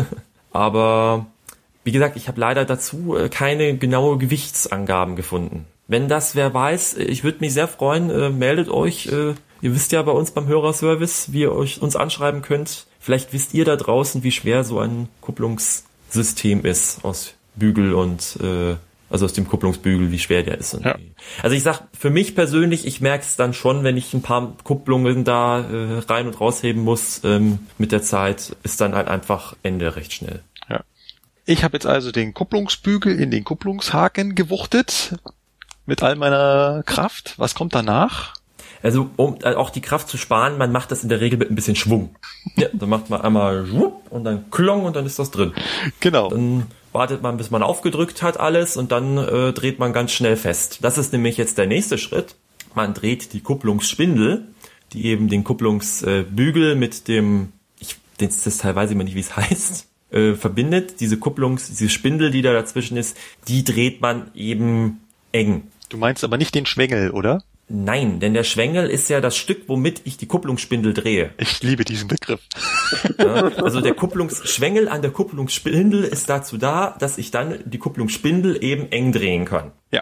Aber wie gesagt, ich habe leider dazu äh, keine genaue Gewichtsangaben gefunden. Wenn das wer weiß, ich würde mich sehr freuen, äh, meldet euch. Äh, ihr wisst ja bei uns beim Hörerservice, wie ihr euch uns anschreiben könnt. Vielleicht wisst ihr da draußen, wie schwer so ein Kupplungssystem ist aus Bügel und äh, also aus dem Kupplungsbügel, wie schwer der ist. Und ja. Also ich sag, für mich persönlich, ich merke es dann schon, wenn ich ein paar Kupplungen da äh, rein und rausheben muss ähm, mit der Zeit, ist dann halt einfach Ende recht schnell. Ja. Ich habe jetzt also den Kupplungsbügel in den Kupplungshaken gewuchtet mit all meiner Kraft. Was kommt danach? Also um äh, auch die Kraft zu sparen, man macht das in der Regel mit ein bisschen Schwung. Ja, dann macht man einmal schwupp und dann klong und dann ist das drin. Genau. Dann wartet man, bis man aufgedrückt hat alles und dann äh, dreht man ganz schnell fest. Das ist nämlich jetzt der nächste Schritt. Man dreht die Kupplungsspindel, die eben den Kupplungsbügel äh, mit dem, ich das, das teilweise immer nicht, wie es heißt, äh, verbindet. Diese Kupplungs, diese Spindel, die da dazwischen ist, die dreht man eben eng. Du meinst aber nicht den Schwengel, oder? Nein, denn der Schwengel ist ja das Stück, womit ich die Kupplungsspindel drehe. Ich liebe diesen Begriff. Ja, also der Kupplungsschwengel an der Kupplungsspindel ist dazu da, dass ich dann die Kupplungsspindel eben eng drehen kann. Ja.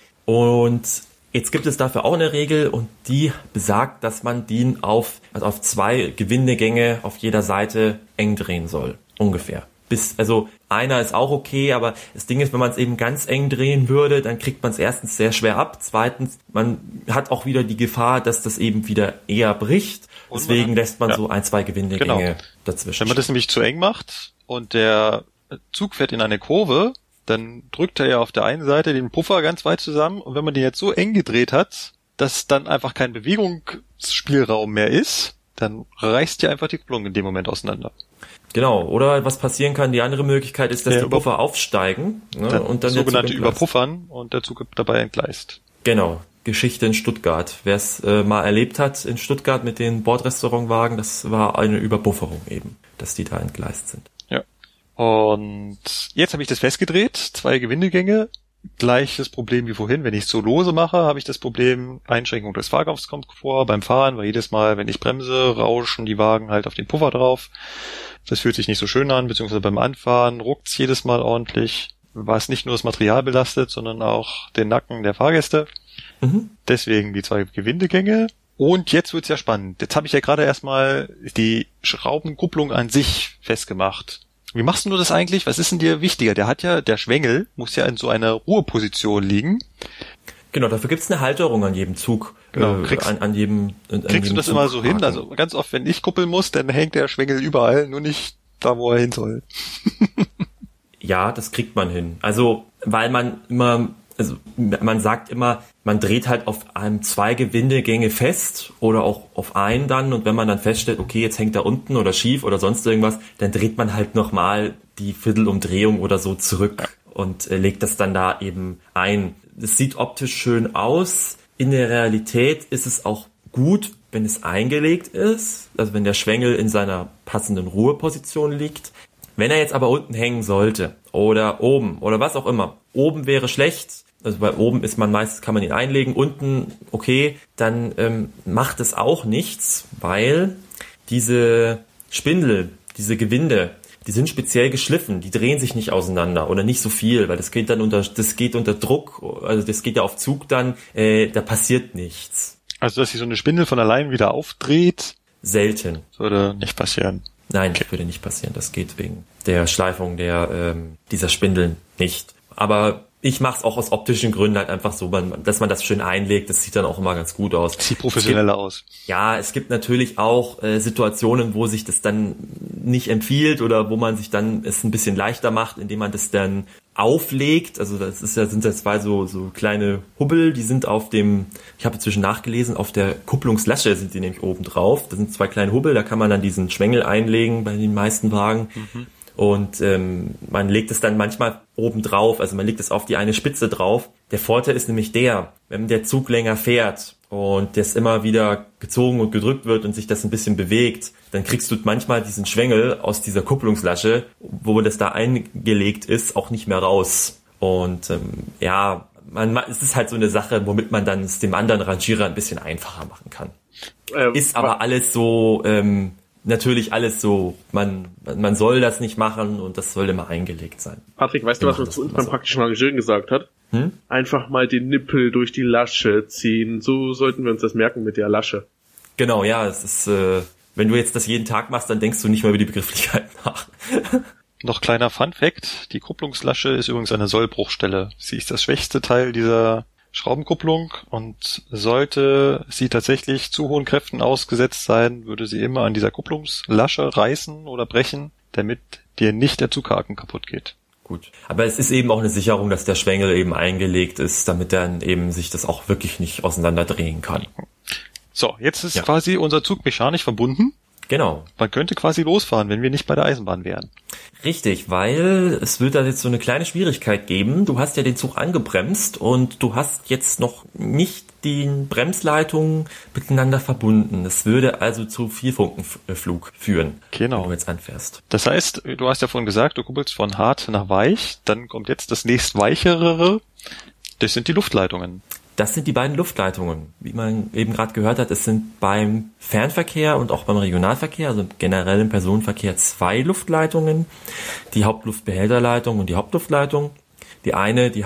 Und jetzt gibt es dafür auch eine Regel und die besagt, dass man den auf, also auf zwei Gewindegänge auf jeder Seite eng drehen soll. Ungefähr. Bis, also einer ist auch okay, aber das Ding ist, wenn man es eben ganz eng drehen würde, dann kriegt man es erstens sehr schwer ab. Zweitens, man hat auch wieder die Gefahr, dass das eben wieder eher bricht. Und Deswegen man, lässt man ja. so ein, zwei Gewindegänge genau. dazwischen. Wenn man das nämlich zu eng macht und der Zug fährt in eine Kurve, dann drückt er ja auf der einen Seite den Puffer ganz weit zusammen und wenn man den jetzt so eng gedreht hat, dass dann einfach kein Bewegungsspielraum mehr ist, dann reißt ja einfach die Kupplung in dem Moment auseinander. Genau, oder was passieren kann, die andere Möglichkeit ist, dass ja, die Puffer aufsteigen. Ne, dann und dann sogenannte Überpuffern und der Zug dabei entgleist. Genau, Geschichte in Stuttgart. Wer es äh, mal erlebt hat in Stuttgart mit den Bordrestaurantwagen, das war eine Überpufferung eben, dass die da entgleist sind. Ja, und jetzt habe ich das festgedreht, zwei Gewindegänge. Gleiches Problem wie vorhin, wenn ich es so lose mache, habe ich das Problem Einschränkung des Fahrkrafts kommt vor beim Fahren, weil jedes Mal, wenn ich bremse, rauschen die Wagen halt auf den Puffer drauf. Das fühlt sich nicht so schön an, beziehungsweise beim Anfahren ruckt's jedes Mal ordentlich, was nicht nur das Material belastet, sondern auch den Nacken der Fahrgäste. Mhm. Deswegen die zwei Gewindegänge. Und jetzt wird's ja spannend. Jetzt habe ich ja gerade erstmal die Schraubenkupplung an sich festgemacht. Wie machst du das eigentlich? Was ist denn dir wichtiger? Der hat ja, der Schwengel muss ja in so einer Ruheposition liegen. Genau, dafür gibt's eine Halterung an jedem Zug. Genau, kriegst, äh, an, an jedem, an kriegst jedem du das Zug immer so hin? Also ganz oft, wenn ich kuppeln muss, dann hängt der Schwengel überall, nur nicht da, wo er hin soll. Ja, das kriegt man hin. Also, weil man immer, also man sagt immer, man dreht halt auf einem zwei Gewindegänge fest oder auch auf einen dann und wenn man dann feststellt, okay, jetzt hängt er unten oder schief oder sonst irgendwas, dann dreht man halt nochmal die Viertelumdrehung oder so zurück ja. und äh, legt das dann da eben ein. Es sieht optisch schön aus. In der Realität ist es auch gut, wenn es eingelegt ist, also wenn der Schwengel in seiner passenden Ruheposition liegt. Wenn er jetzt aber unten hängen sollte oder oben oder was auch immer, oben wäre schlecht, also bei oben ist man meistens, kann man ihn einlegen, unten okay, dann ähm, macht es auch nichts, weil diese Spindel, diese Gewinde, die sind speziell geschliffen, die drehen sich nicht auseinander oder nicht so viel, weil das geht dann unter, das geht unter Druck, also das geht ja auf Zug dann, äh, da passiert nichts. Also dass sich so eine Spindel von allein wieder aufdreht? Selten. Würde nicht passieren. Nein, okay. Das würde nicht passieren. Das geht wegen der Schleifung der ähm, dieser Spindeln nicht. Aber Ich mache es auch aus optischen Gründen halt einfach so, dass man das schön einlegt. Das sieht dann auch immer ganz gut aus. Sieht professioneller gibt, aus. Ja, es gibt natürlich auch äh, Situationen, wo sich das dann nicht empfiehlt oder wo man sich dann es ein bisschen leichter macht, indem man das dann auflegt. Also das ist ja, sind ja zwei so so kleine Hubbel, die sind auf dem, ich habe inzwischen nachgelesen, auf der Kupplungslasche sind die nämlich oben drauf. Das sind zwei kleine Hubbel, da kann man dann diesen Schwengel einlegen bei den meisten Wagen. Mhm. Und ähm, man legt es dann manchmal oben drauf, also man legt es auf die eine Spitze drauf. Der Vorteil ist nämlich der, wenn der Zug länger fährt und das immer wieder gezogen und gedrückt wird und sich das ein bisschen bewegt, dann kriegst du manchmal diesen Schwengel aus dieser Kupplungslasche, wo das da eingelegt ist, auch nicht mehr raus. Und ähm, ja, man, es ist halt so eine Sache, womit man dann es dem anderen Rangierer ein bisschen einfacher machen kann. Ähm, ist aber alles so... Ähm, Natürlich alles so, man man soll das nicht machen und das soll immer eingelegt sein. Patrick, weißt du, was man zu uns beim praktischen Rangieren gesagt hat? Hm? Einfach mal den Nippel durch die Lasche ziehen. So sollten wir uns das merken mit der Lasche. Genau, ja, es ist, äh, wenn du jetzt das jeden Tag machst, dann denkst du nicht mehr über die Begrifflichkeit nach. Noch kleiner Fun-Fact, die Kupplungslasche ist übrigens eine Sollbruchstelle. Sie ist das schwächste Teil dieser Schraubenkupplung und sollte sie tatsächlich zu hohen Kräften ausgesetzt sein, würde sie immer an dieser Kupplungslasche reißen oder brechen, damit dir nicht der Zughaken kaputt geht. Gut, aber es ist eben auch eine Sicherung, dass der Schwengel eben eingelegt ist, damit dann eben sich das auch wirklich nicht auseinanderdrehen kann. So, jetzt ist ja. quasi unser Zug mechanisch verbunden. Genau. Man könnte quasi losfahren, wenn wir nicht bei der Eisenbahn wären. Richtig, weil es wird da jetzt so eine kleine Schwierigkeit geben. Du hast ja den Zug angebremst und du hast jetzt noch nicht die Bremsleitungen miteinander verbunden. Das würde also zu Vierfunkenflug führen, genau. wenn du jetzt anfährst. Das heißt, du hast ja vorhin gesagt, du kuppelst von hart nach weich. Dann kommt jetzt das nächst weichere. Das sind die Luftleitungen. Das sind die beiden Luftleitungen. Wie man eben gerade gehört hat, es sind beim Fernverkehr und auch beim Regionalverkehr, also generell im Personenverkehr, zwei Luftleitungen. Die Hauptluftbehälterleitung und die Hauptluftleitung. Die eine, die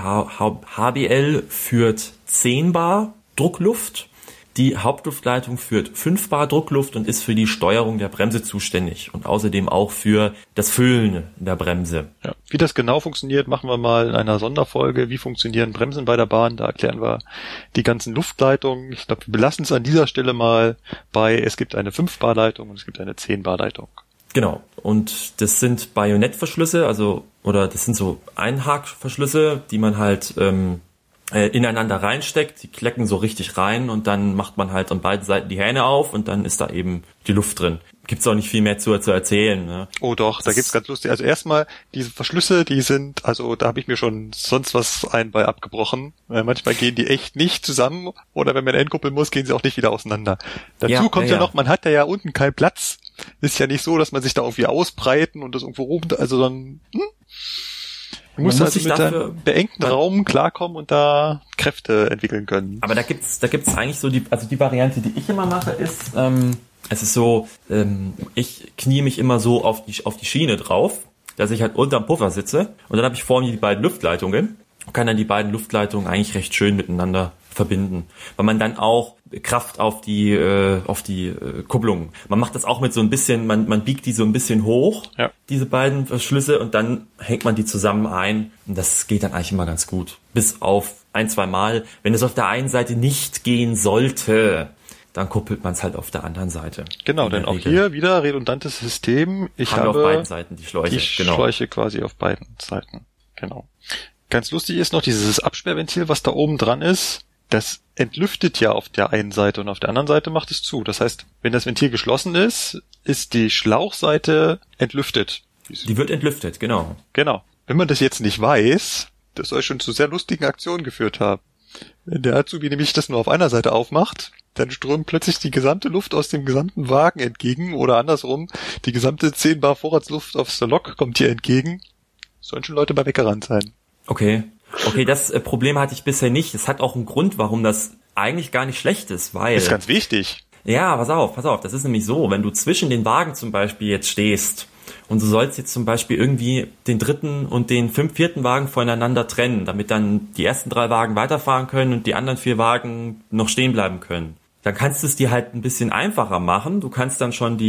H B L, führt zehn Bar Druckluft. Die Hauptluftleitung führt fünf Bar Druckluft und ist für die Steuerung der Bremse zuständig und außerdem auch für das Füllen der Bremse. Ja, wie das genau funktioniert, machen wir mal in einer Sonderfolge. Wie funktionieren Bremsen bei der Bahn? Da erklären wir die ganzen Luftleitungen. Ich glaube, wir belassen es an dieser Stelle mal bei, es gibt eine fünf Bar Leitung und es gibt eine zehn Bar Leitung. Genau. Und das sind Bajonettverschlüsse, also, oder das sind so Einhakverschlüsse, die man halt, ähm, ineinander reinsteckt, die klecken so richtig rein und dann macht man halt an beiden Seiten die Hähne auf und dann ist da eben die Luft drin. Gibt's auch nicht viel mehr zu, zu erzählen. Ne? Oh doch, das da gibt's ganz lustig. Also erstmal, diese Verschlüsse, die sind, also da habe ich mir schon sonst was ein bei abgebrochen. Weil manchmal gehen die echt nicht zusammen oder wenn man entkuppeln muss, gehen sie auch nicht wieder auseinander. Dazu ja, kommt ja, ja noch, man hat ja unten keinen Platz. Ist ja nicht so, dass man sich da irgendwie ausbreiten und das irgendwo rum, also dann... Hm? Du musst also mit einem beengten Raum klarkommen und da Kräfte entwickeln können. Aber da gibt's, da gibt's eigentlich so die, also die Variante, die ich immer mache, ist, ähm, es ist so, ähm, ich knie mich immer so auf die, auf die Schiene drauf, dass ich halt unterm Puffer sitze und dann habe ich vor mir die beiden Luftleitungen und kann dann die beiden Luftleitungen eigentlich recht schön miteinander verbinden, weil man dann auch Kraft auf die äh, auf die äh, Kupplung. Man macht das auch mit so ein bisschen, man man biegt die so ein bisschen hoch, ja. diese beiden Verschlüsse und dann hängt man die zusammen ein und das geht dann eigentlich immer ganz gut. Bis auf ein, zwei Mal, wenn es auf der einen Seite nicht gehen sollte, dann kuppelt man es halt auf der anderen Seite. Genau, denn auch Regel. Hier wieder redundantes System. Ich Haben habe wir auf beiden Seiten die Schläuche. Die genau. Schläuche quasi auf beiden Seiten. Genau. Ganz lustig ist noch dieses Absperrventil, was da oben dran ist. Das entlüftet ja auf der einen Seite und auf der anderen Seite macht es zu. Das heißt, wenn das Ventil geschlossen ist, ist die Schlauchseite entlüftet. Die wird entlüftet, genau. Genau. Wenn man das jetzt nicht weiß, das soll schon zu sehr lustigen Aktionen geführt haben. Wenn der Azubi nämlich das nur auf einer Seite aufmacht, dann strömt plötzlich die gesamte Luft aus dem gesamten Wagen entgegen oder andersrum, die gesamte zehn Bar Vorratsluft aus der Lok kommt hier entgegen. Sollen schon Leute bei weggerannt sein. Okay. Okay, das äh, Problem hatte ich bisher nicht. Es hat auch einen Grund, warum das eigentlich gar nicht schlecht ist, weil... Das ist ganz wichtig. Ja, pass auf, pass auf. Das ist nämlich so, wenn du zwischen den Wagen zum Beispiel jetzt stehst und du sollst jetzt zum Beispiel irgendwie den dritten und den fünf, vierten Wagen voneinander trennen, damit dann die ersten drei Wagen weiterfahren können und die anderen vier Wagen noch stehen bleiben können, dann kannst du es dir halt ein bisschen einfacher machen. Du kannst dann schon die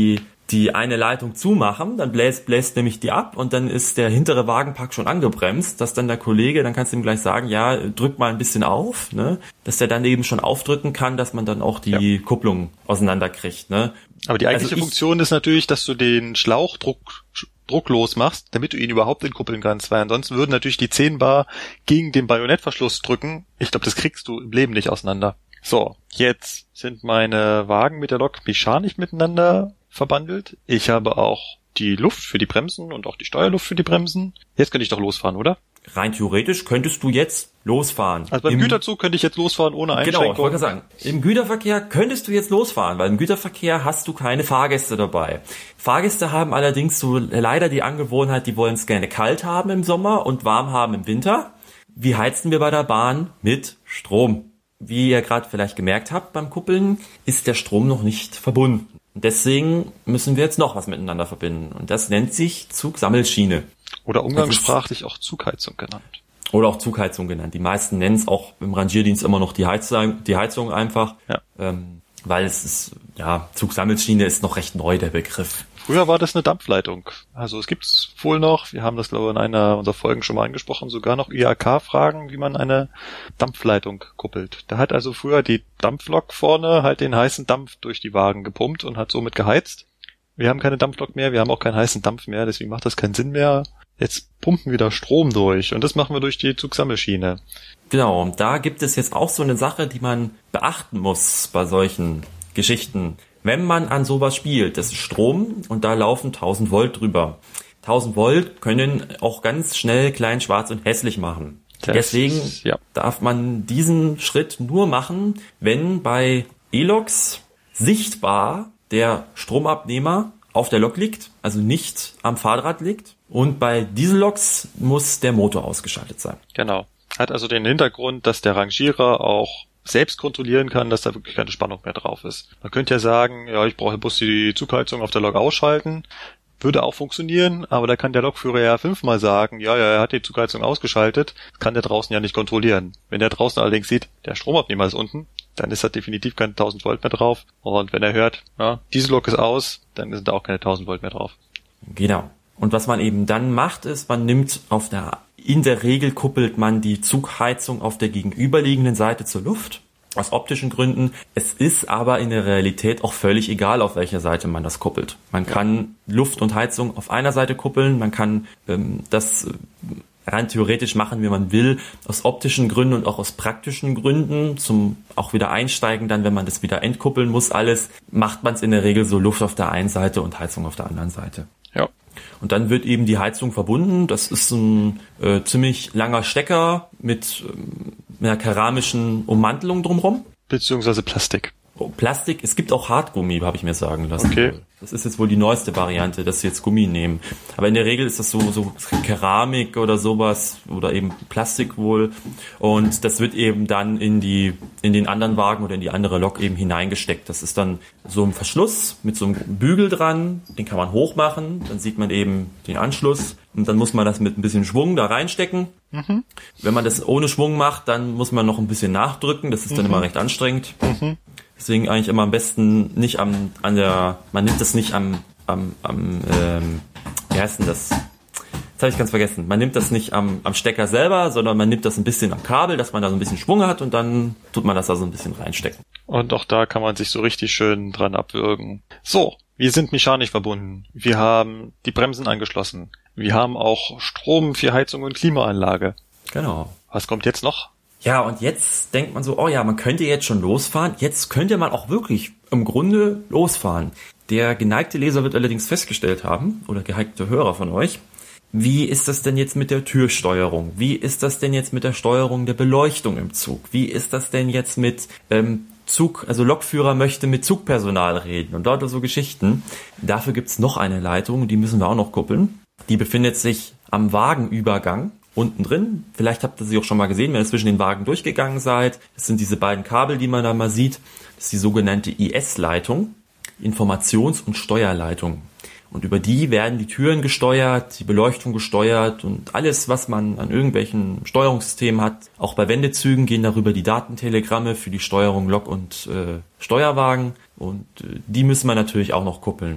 die eine Leitung zumachen, dann bläst, bläst nämlich die ab und dann ist der hintere Wagenpack schon angebremst, dass dann der Kollege, dann kannst du ihm gleich sagen, ja, drück mal ein bisschen auf, ne, dass der dann eben schon aufdrücken kann, dass man dann auch die ja. Kupplung auseinanderkriegt, ne. Aber die eigentliche also Funktion ist natürlich, dass du den Schlauchdruck drucklos machst, damit du ihn überhaupt entkuppeln kannst, weil ansonsten würden natürlich die zehn Bar gegen den Bajonettverschluss drücken. Ich glaube, das kriegst du im Leben nicht auseinander. So, jetzt sind meine Wagen mit der Lok mechanisch miteinander verbandelt. Ich habe auch die Luft für die Bremsen und auch die Steuerluft für die Bremsen. Jetzt könnte ich doch losfahren, oder? Rein theoretisch könntest du jetzt losfahren. Also beim Im, Güterzug könnte ich jetzt losfahren ohne Einschränkung. Genau, ich wollte sagen, im Güterverkehr könntest du jetzt losfahren, weil im Güterverkehr hast du keine Fahrgäste dabei. Fahrgäste haben allerdings so leider die Angewohnheit, die wollen es gerne kalt haben im Sommer und warm haben im Winter. Wie heizen wir bei der Bahn? Mit Strom. Wie ihr gerade vielleicht gemerkt habt beim Kuppeln, ist der Strom noch nicht verbunden. Deswegen müssen wir jetzt noch was miteinander verbinden. Und das nennt sich Zugsammelschiene. Oder umgangssprachlich auch Zugheizung genannt. Oder auch Zugheizung genannt. Die meisten nennen es auch im Rangierdienst immer noch die Heizung, die Heizung einfach. Ja. Ähm, weil es ist, ja, Zugsammelschiene ist noch recht neu, der Begriff. Früher war das eine Dampfleitung. Also es gibt's wohl noch, wir haben das glaube ich in einer unserer Folgen schon mal angesprochen, sogar noch I H K-Fragen, wie man eine Dampfleitung kuppelt. Da hat also früher die Dampflok vorne halt den heißen Dampf durch die Wagen gepumpt und hat somit geheizt. Wir haben keine Dampflok mehr, wir haben auch keinen heißen Dampf mehr, deswegen macht das keinen Sinn mehr. Jetzt pumpen wir da Strom durch und das machen wir durch die Zugsammelschiene. Genau, und da gibt es jetzt auch so eine Sache, die man beachten muss bei solchen Geschichten. Wenn man an sowas spielt, das ist Strom und da laufen tausend Volt drüber. tausend Volt können auch ganz schnell klein, schwarz und hässlich machen. Das Deswegen ist, ja. darf man diesen Schritt nur machen, wenn bei E-Loks sichtbar der Stromabnehmer auf der Lok liegt, also nicht am Fahrrad liegt. Und bei Dieselloks muss der Motor ausgeschaltet sein. Genau. Hat also den Hintergrund, dass der Rangierer auch selbst kontrollieren kann, dass da wirklich keine Spannung mehr drauf ist. Man könnte ja sagen, ja, ich brauche bloß die Zugheizung auf der Lok ausschalten. Würde auch funktionieren, aber da kann der Lokführer ja fünfmal sagen, ja, ja, er hat die Zugheizung ausgeschaltet. Das kann der draußen ja nicht kontrollieren. Wenn der draußen allerdings sieht, der Stromabnehmer ist unten, dann ist da definitiv keine tausend Volt mehr drauf. Und wenn er hört, ja, diese Lok ist aus, dann sind da auch keine tausend Volt mehr drauf. Genau. Und was man eben dann macht, ist, man nimmt auf der, in der Regel kuppelt man die Zugheizung auf der gegenüberliegenden Seite zur Luft. Aus optischen Gründen. Es ist aber in der Realität auch völlig egal, auf welcher Seite man das kuppelt. Man kann Luft und Heizung auf einer Seite kuppeln, man kann ähm, das rein theoretisch machen, wie man will, aus optischen Gründen und auch aus praktischen Gründen, zum auch wieder einsteigen, dann, wenn man das wieder entkuppeln muss, alles, macht man es in der Regel so Luft auf der einen Seite und Heizung auf der anderen Seite. Ja. Und dann wird eben die Heizung verbunden. Das ist ein äh, ziemlich langer Stecker mit, ähm, mit einer keramischen Ummantelung drumherum. Beziehungsweise Plastik. Oh, Plastik, es gibt auch Hartgummi, habe ich mir sagen lassen. Okay. Das ist jetzt wohl die neueste Variante, dass sie jetzt Gummi nehmen. Aber in der Regel ist das so, so Keramik oder sowas oder eben Plastik wohl. Und das wird eben dann in die, in den anderen Wagen oder in die andere Lok eben hineingesteckt. Das ist dann so ein Verschluss mit so einem Bügel dran. Den kann man hochmachen. Dann sieht man eben den Anschluss. Und dann muss man das mit ein bisschen Schwung da reinstecken. Mhm. Wenn man das ohne Schwung macht, dann muss man noch ein bisschen nachdrücken. Das ist dann mhm. immer recht anstrengend. Mhm. Deswegen eigentlich immer am besten nicht am, an der, man nimmt das nicht am, am, am, ähm, wie heißt denn das? Jetzt habe ich ganz vergessen. Man nimmt das nicht am, am Stecker selber, sondern man nimmt das ein bisschen am Kabel, dass man da so ein bisschen Schwung hat und dann tut man das da so ein bisschen reinstecken. Und auch da kann man sich so richtig schön dran abwürgen. So, wir sind mechanisch verbunden. Wir haben die Bremsen angeschlossen. Wir haben auch Strom für Heizung und Klimaanlage. Genau. Was kommt jetzt noch? Ja, und jetzt denkt man so, oh ja, man könnte jetzt schon losfahren. Jetzt könnte man auch wirklich im Grunde losfahren. Der geneigte Leser wird allerdings festgestellt haben, oder geneigte Hörer von euch, wie ist das denn jetzt mit der Türsteuerung? Wie ist das denn jetzt mit der Steuerung der Beleuchtung im Zug? Wie ist das denn jetzt mit ähm, Zug, also Lokführer möchte mit Zugpersonal reden und dort so Geschichten. Dafür gibt's noch eine Leitung, die müssen wir auch noch kuppeln. Die befindet sich am Wagenübergang. Unten drin, vielleicht habt ihr sie auch schon mal gesehen, wenn ihr zwischen den Wagen durchgegangen seid. Das sind diese beiden Kabel, die man da mal sieht. Das ist die sogenannte I S-Leitung, Informations- und Steuerleitung. Und über die werden die Türen gesteuert, die Beleuchtung gesteuert und alles, was man an irgendwelchen Steuerungssystemen hat. Auch bei Wendezügen gehen darüber die Datentelegramme für die Steuerung Lok- und äh, Steuerwagen. Und äh, die müssen wir natürlich auch noch kuppeln.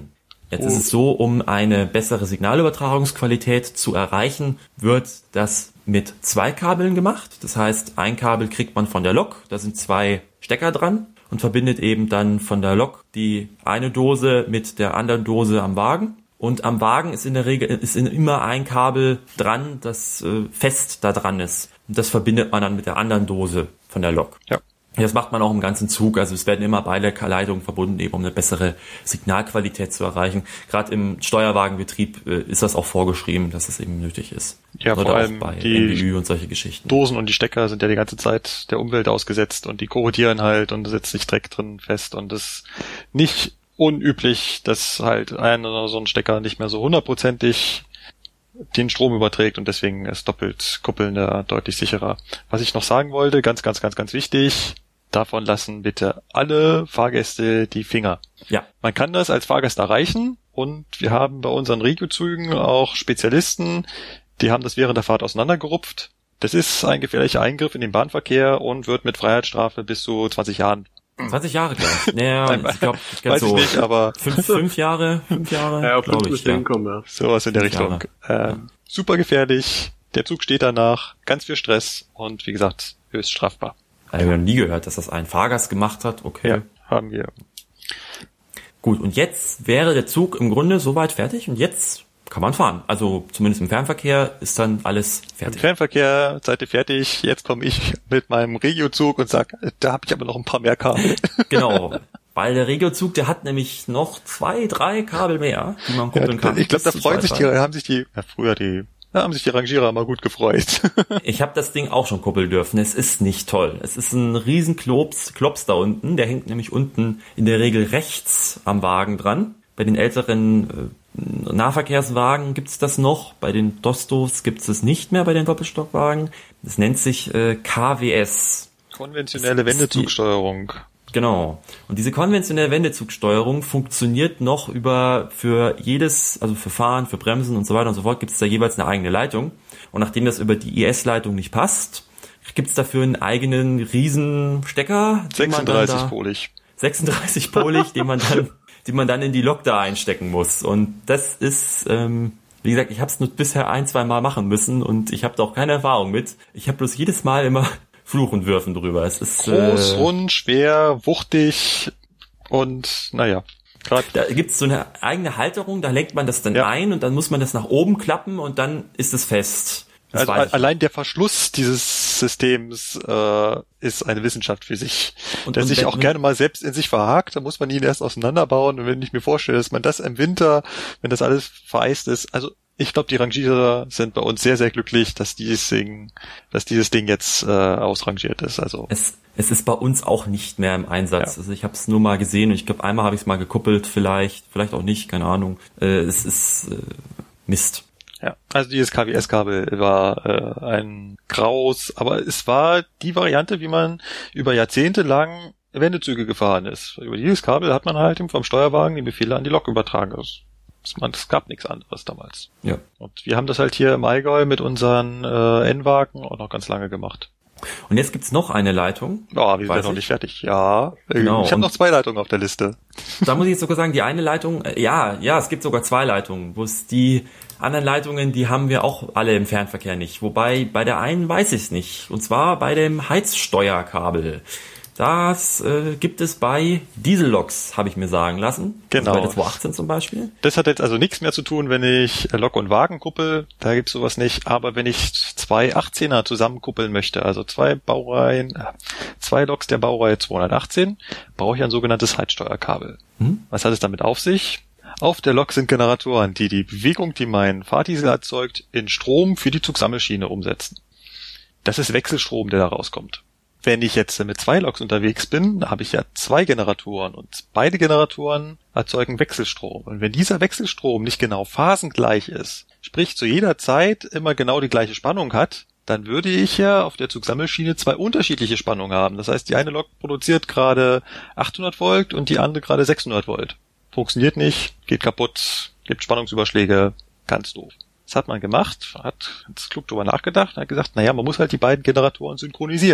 Jetzt oh. ist es so, um eine bessere Signalübertragungsqualität zu erreichen, wird das mit zwei Kabeln gemacht. Das heißt, ein Kabel kriegt man von der Lok, da sind zwei Stecker dran und verbindet eben dann von der Lok die eine Dose mit der anderen Dose am Wagen. Und am Wagen ist in der Regel ist immer ein Kabel dran, das äh, fest da dran ist. Und das verbindet man dann mit der anderen Dose von der Lok. Ja. Das macht man auch im ganzen Zug. Also es werden immer beide Leitungen verbunden, eben um eine bessere Signalqualität zu erreichen. Gerade im Steuerwagenbetrieb äh, ist das auch vorgeschrieben, dass es eben nötig ist. Ja, Oder vor allem auch bei die N B Ü und solche Geschichten. Dosen und die Stecker sind ja die ganze Zeit der Umwelt ausgesetzt und die korrodieren halt und da sitzt sich Dreck drin fest und das ist nicht unüblich, dass halt ein oder so ein Stecker nicht mehr so hundertprozentig den Strom überträgt und deswegen ist doppelt kuppeln da deutlich sicherer. Was ich noch sagen wollte, ganz, ganz, ganz, ganz wichtig, davon lassen bitte alle Fahrgäste die Finger. Ja. Man kann das als Fahrgast erreichen und wir haben bei unseren Regiozügen auch Spezialisten, die haben das während der Fahrt auseinandergerupft. Das ist ein gefährlicher Eingriff in den Bahnverkehr und wird mit Freiheitsstrafe bis zu zwanzig Jahren zwanzig Jahre, glaube ich. Naja, ich glaube, ich glaub weiß so ich nicht, aber fünf, fünf Jahre, fünf Jahre, ja, auf glaube ich. Ja. Hinkommen, ja. Sowas in der Fünf Richtung. Jahre. Ähm, super gefährlich. Der Zug steht danach. Ganz viel Stress und wie gesagt, höchst strafbar. Ich habe noch nie gehört, dass das ein Fahrgast gemacht hat. Okay. Ja, haben wir. Gut, und jetzt wäre der Zug im Grunde soweit fertig und jetzt kann man fahren. Also zumindest im Fernverkehr ist dann alles fertig. Im Fernverkehr seid ihr fertig. Jetzt komme ich mit meinem Regiozug und sag, da habe ich aber noch ein paar mehr Kabel. Genau. Weil der Regiozug, der hat nämlich noch zwei, drei Kabel mehr, die man kuppeln Ja, kann. ich glaube, da freuen sich die, haben sich die, ja, früher die, da haben sich die Rangierer mal gut gefreut. Ich habe das Ding auch schon kuppeln dürfen. Es ist nicht toll. Es ist ein riesen Klops, Klops da unten. Der hängt nämlich unten in der Regel rechts am Wagen dran. Bei den älteren äh, Nahverkehrswagen gibt's das noch. Bei den Dostos gibt's es nicht mehr bei den Doppelstockwagen. Das nennt sich äh, K W S. Konventionelle Wendezugsteuerung. Genau. Und diese konventionelle Wendezugsteuerung funktioniert noch über für jedes, also für Fahren, für Bremsen und so weiter und so fort, gibt es da jeweils eine eigene Leitung. Und nachdem das über die I S-Leitung nicht passt, gibt es dafür einen eigenen Riesenstecker. sechsunddreißig-polig. sechsunddreißig-polig, den man dann, den man dann in die Lok da einstecken muss. Und das ist, ähm, wie gesagt, ich habe es nur bisher ein, zwei Mal machen müssen und ich habe da auch keine Erfahrung mit. Ich habe bloß jedes Mal immer Fluchen würfen drüber. Es ist groß, äh, rund, schwer, wuchtig und naja. Grad da gibt's so eine eigene Halterung, da lenkt man das dann ja. ein und dann muss man das nach oben klappen und dann ist es fest. Das also allein der Verschluss dieses Systems äh, ist eine Wissenschaft für sich. Und der und sich auch gerne mal selbst in sich verhakt, da muss man ihn erst auseinanderbauen. Und wenn ich mir vorstelle, dass man das im Winter, wenn das alles vereist ist, also ich glaube, die Rangierer sind bei uns sehr, sehr glücklich, dass dieses Ding, dass dieses Ding jetzt äh, ausrangiert ist. Also es, es ist bei uns auch nicht mehr im Einsatz. Ja. Also ich habe es nur mal gesehen und ich glaube, einmal habe ich es mal gekuppelt, vielleicht, vielleicht auch nicht, keine Ahnung. Äh, es ist äh, Mist. Ja, also dieses K W S-Kabel war äh, ein Graus, aber es war die Variante, wie man über Jahrzehnte lang Wendezüge gefahren ist. Über dieses Kabel hat man halt vom Steuerwagen die Befehle an die Lok übertragen. Es gab nichts anderes damals. Ja. Und wir haben das halt hier im Allgäu mit unseren äh, N-Wagen auch noch ganz lange gemacht. Und jetzt gibt's noch eine Leitung. Ja, wir sind ja noch nicht fertig. Ja, genau. Ich habe noch zwei Leitungen auf der Liste. Da muss ich jetzt sogar sagen, die eine Leitung, äh, ja, ja, es gibt sogar zwei Leitungen. Wo es die anderen Leitungen, die haben wir auch alle im Fernverkehr nicht. Wobei bei der einen weiß ich es nicht. Und zwar bei dem Heizsteuerkabel. Das äh, gibt es bei Dieselloks, habe ich mir sagen lassen. Genau. Also bei der zweihundertachtzehn zum Beispiel. Das hat jetzt also nichts mehr zu tun, wenn ich Lok und Wagen kuppel. Da gibt's sowas nicht. Aber wenn ich zwei achtzehner zusammenkuppeln möchte, also zwei Baureihen, äh, zwei Loks der Baureihe zweihundertachtzehn, brauche ich ein sogenanntes Heizsteuerkabel. Hm? Was hat es damit auf sich? Auf der Lok sind Generatoren, die die Bewegung, die mein Fahrdiesel erzeugt, in Strom für die Zugsammelschiene umsetzen. Das ist Wechselstrom, der da rauskommt. Wenn ich jetzt mit zwei Loks unterwegs bin, habe ich ja zwei Generatoren und beide Generatoren erzeugen Wechselstrom. Und wenn dieser Wechselstrom nicht genau phasengleich ist, sprich zu jeder Zeit immer genau die gleiche Spannung hat, dann würde ich ja auf der Zugsammelschiene zwei unterschiedliche Spannungen haben. Das heißt, die eine Lok produziert gerade achthundert Volt und die andere gerade sechshundert Volt. Funktioniert nicht, geht kaputt, gibt Spannungsüberschläge, ganz doof. Das hat man gemacht, hat ganz klug drüber nachgedacht und hat gesagt, naja, man muss halt die beiden Generatoren synchronisieren.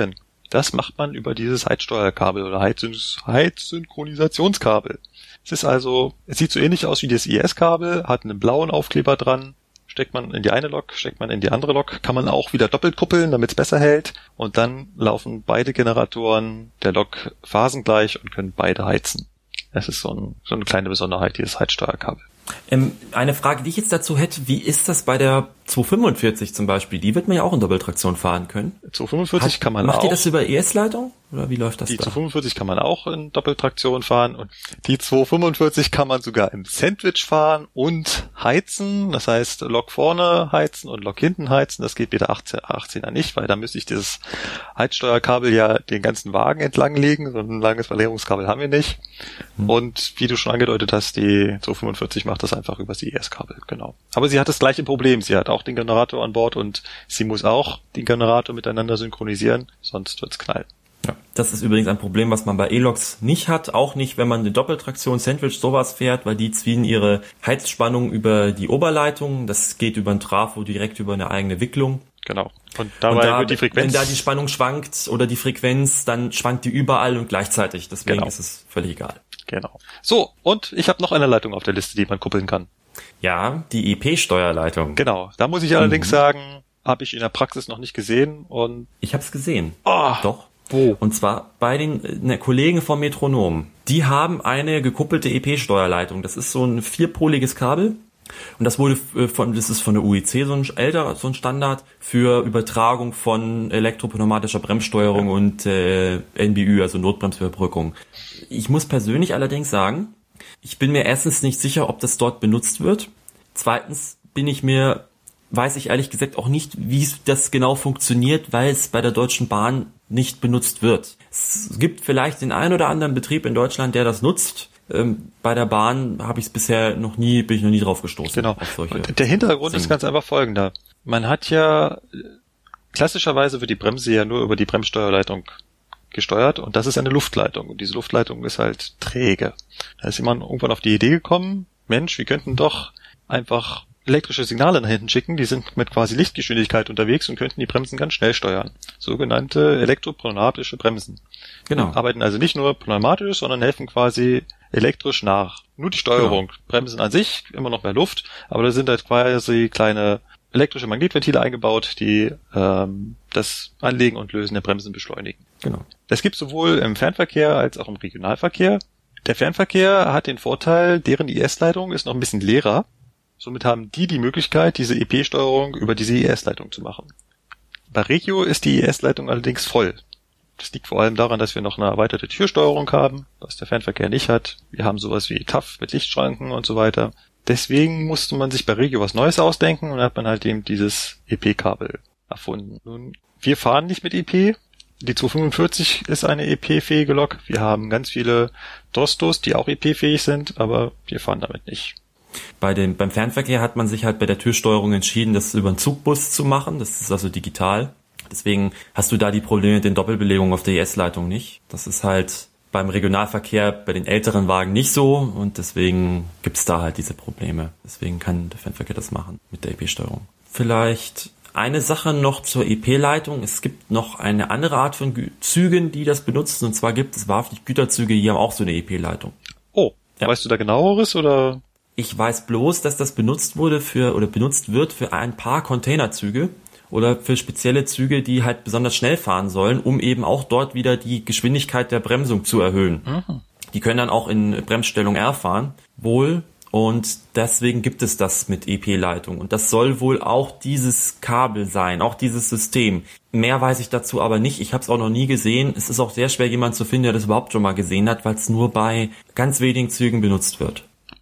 Das macht man über dieses Heizsteuerkabel oder Heiz- Heizsynchronisationskabel. Es ist also, es sieht so ähnlich aus wie das I S-Kabel, hat einen blauen Aufkleber dran, steckt man in die eine Lok, steckt man in die andere Lok, kann man auch wieder doppelt kuppeln, damit es besser hält, und dann laufen beide Generatoren der Lok phasengleich und können beide heizen. Das ist so, ein, so eine kleine Besonderheit, dieses Heizsteuerkabel. Ähm, eine Frage, die ich jetzt dazu hätte, wie ist das bei der zweihundertfünfundvierzig zum Beispiel? Die wird man ja auch in Doppeltraktion fahren können. zweihundertfünfundvierzig Hat, kann man macht auch. Macht ihr das über E S-Leitung? Oder wie läuft das die da? Die zweihundertfünfundvierzig kann man auch in Doppeltraktion fahren und die zweihundertfünfundvierzig kann man sogar im Sandwich fahren und heizen. Das heißt, Lok vorne heizen und Lok hinten heizen. Das geht bei der achtzehner nicht, weil da müsste ich dieses Heizsteuerkabel ja den ganzen Wagen entlang legen. So ein langes Verlängerungskabel haben wir nicht. Hm. Und wie du schon angedeutet hast, die zweihundertfünfundvierzig macht das einfach über das I S-Kabel, genau. Aber sie hat das gleiche Problem. Sie hat auch den Generator an Bord und sie muss auch den Generator miteinander synchronisieren, sonst wird's knallen. Ja, das ist übrigens ein Problem, was man bei E-Loks nicht hat, auch nicht, wenn man eine Doppeltraktion, Sandwich, sowas fährt, weil die ziehen ihre Heizspannung über die Oberleitung, das geht über ein Trafo direkt über eine eigene Wicklung. Genau. Und dabei und da, wird die Frequenz... Wenn da die Spannung schwankt oder die Frequenz, dann schwankt die überall und gleichzeitig, deswegen genau. ist es völlig egal. Genau. So, und ich habe noch eine Leitung auf der Liste, die man kuppeln kann. Ja, die E P-Steuerleitung. Genau, da muss ich allerdings mhm. sagen, habe ich in der Praxis noch nicht gesehen und... Ich habe es gesehen. Oh, Doch. Wo? Und zwar bei den ne, Kollegen vom Metronom. Die haben eine gekuppelte E P-Steuerleitung. Das ist so ein vierpoliges Kabel. Und das wurde von, das ist von der U I C so ein älter, so ein Standard für Übertragung von elektropneumatischer Bremssteuerung ja. und äh, N B Ü, also Notbremsüberbrückung. Ich muss persönlich allerdings sagen, ich bin mir erstens nicht sicher, ob das dort benutzt wird. Zweitens bin ich mir, weiß ich ehrlich gesagt auch nicht, wie das genau funktioniert, weil es bei der Deutschen Bahn nicht benutzt wird. Es gibt vielleicht den einen oder anderen Betrieb in Deutschland, der das nutzt. Ähm, bei der Bahn habe ich es bisher noch nie, bin ich noch nie drauf gestoßen. Genau. Und der Hintergrund Singen. ist ganz einfach folgender. Man hat ja, klassischerweise wird die Bremse ja nur über die Bremssteuerleitung gesteuert und das ist eine Luftleitung und diese Luftleitung ist halt träge. Da ist jemand irgendwann auf die Idee gekommen, Mensch, wir könnten doch einfach elektrische Signale nach hinten schicken, die sind mit quasi Lichtgeschwindigkeit unterwegs und könnten die Bremsen ganz schnell steuern. Sogenannte elektropneumatische Bremsen. Genau. Die arbeiten also nicht nur pneumatisch, sondern helfen quasi elektrisch nach. Nur die Steuerung. Genau. Bremsen an sich, immer noch mehr Luft, aber da sind halt quasi kleine elektrische Magnetventile eingebaut, die ähm, das Anlegen und Lösen der Bremsen beschleunigen. Genau. Das gibt es sowohl im Fernverkehr als auch im Regionalverkehr. Der Fernverkehr hat den Vorteil, deren I S-Leitung ist noch ein bisschen leerer. Somit haben die die Möglichkeit, diese E P-Steuerung über diese I S-Leitung zu machen. Bei Regio ist die I S-Leitung allerdings voll. Das liegt vor allem daran, dass wir noch eine erweiterte Türsteuerung haben, was der Fernverkehr nicht hat. Wir haben sowas wie T A F mit Lichtschranken und so weiter. Deswegen musste man sich bei Regio was Neues ausdenken und hat man halt eben dieses E P-Kabel erfunden. Nun, wir fahren nicht mit E P. Die zweihundertfünfundvierzig ist eine E P-fähige Lok. Wir haben ganz viele Dostos, die auch E P-fähig sind, aber wir fahren damit nicht. Bei dem, beim Fernverkehr hat man sich halt bei der Türsteuerung entschieden, das über einen Zugbus zu machen. Das ist also digital. Deswegen hast du da die Probleme mit den Doppelbelegungen auf der I S-Leitung nicht. Das ist halt beim Regionalverkehr bei den älteren Wagen nicht so und deswegen gibt's da halt diese Probleme. Deswegen kann der Fernverkehr das machen mit der E P-Steuerung. Vielleicht eine Sache noch zur E P-Leitung. Es gibt noch eine andere Art von Gü- Zügen, die das benutzen. Und zwar gibt es wahrhaftig Güterzüge, die haben auch so eine E P-Leitung. Oh, ja. Weißt du da genaueres oder? Ich weiß bloß, dass das benutzt wurde für oder benutzt wird für ein paar Containerzüge oder für spezielle Züge, die halt besonders schnell fahren sollen, um eben auch dort wieder die Geschwindigkeit der Bremsung zu erhöhen. Mhm. Die können dann auch in Bremsstellung R fahren, wohl. Und deswegen gibt es das mit E P-Leitung. Und das soll wohl auch dieses Kabel sein, auch dieses System. Mehr weiß ich dazu aber nicht. Ich habe es auch noch nie gesehen. Es ist auch sehr schwer, jemanden zu finden, der das überhaupt schon mal gesehen hat, weil es nur bei ganz wenigen Zügen benutzt wird.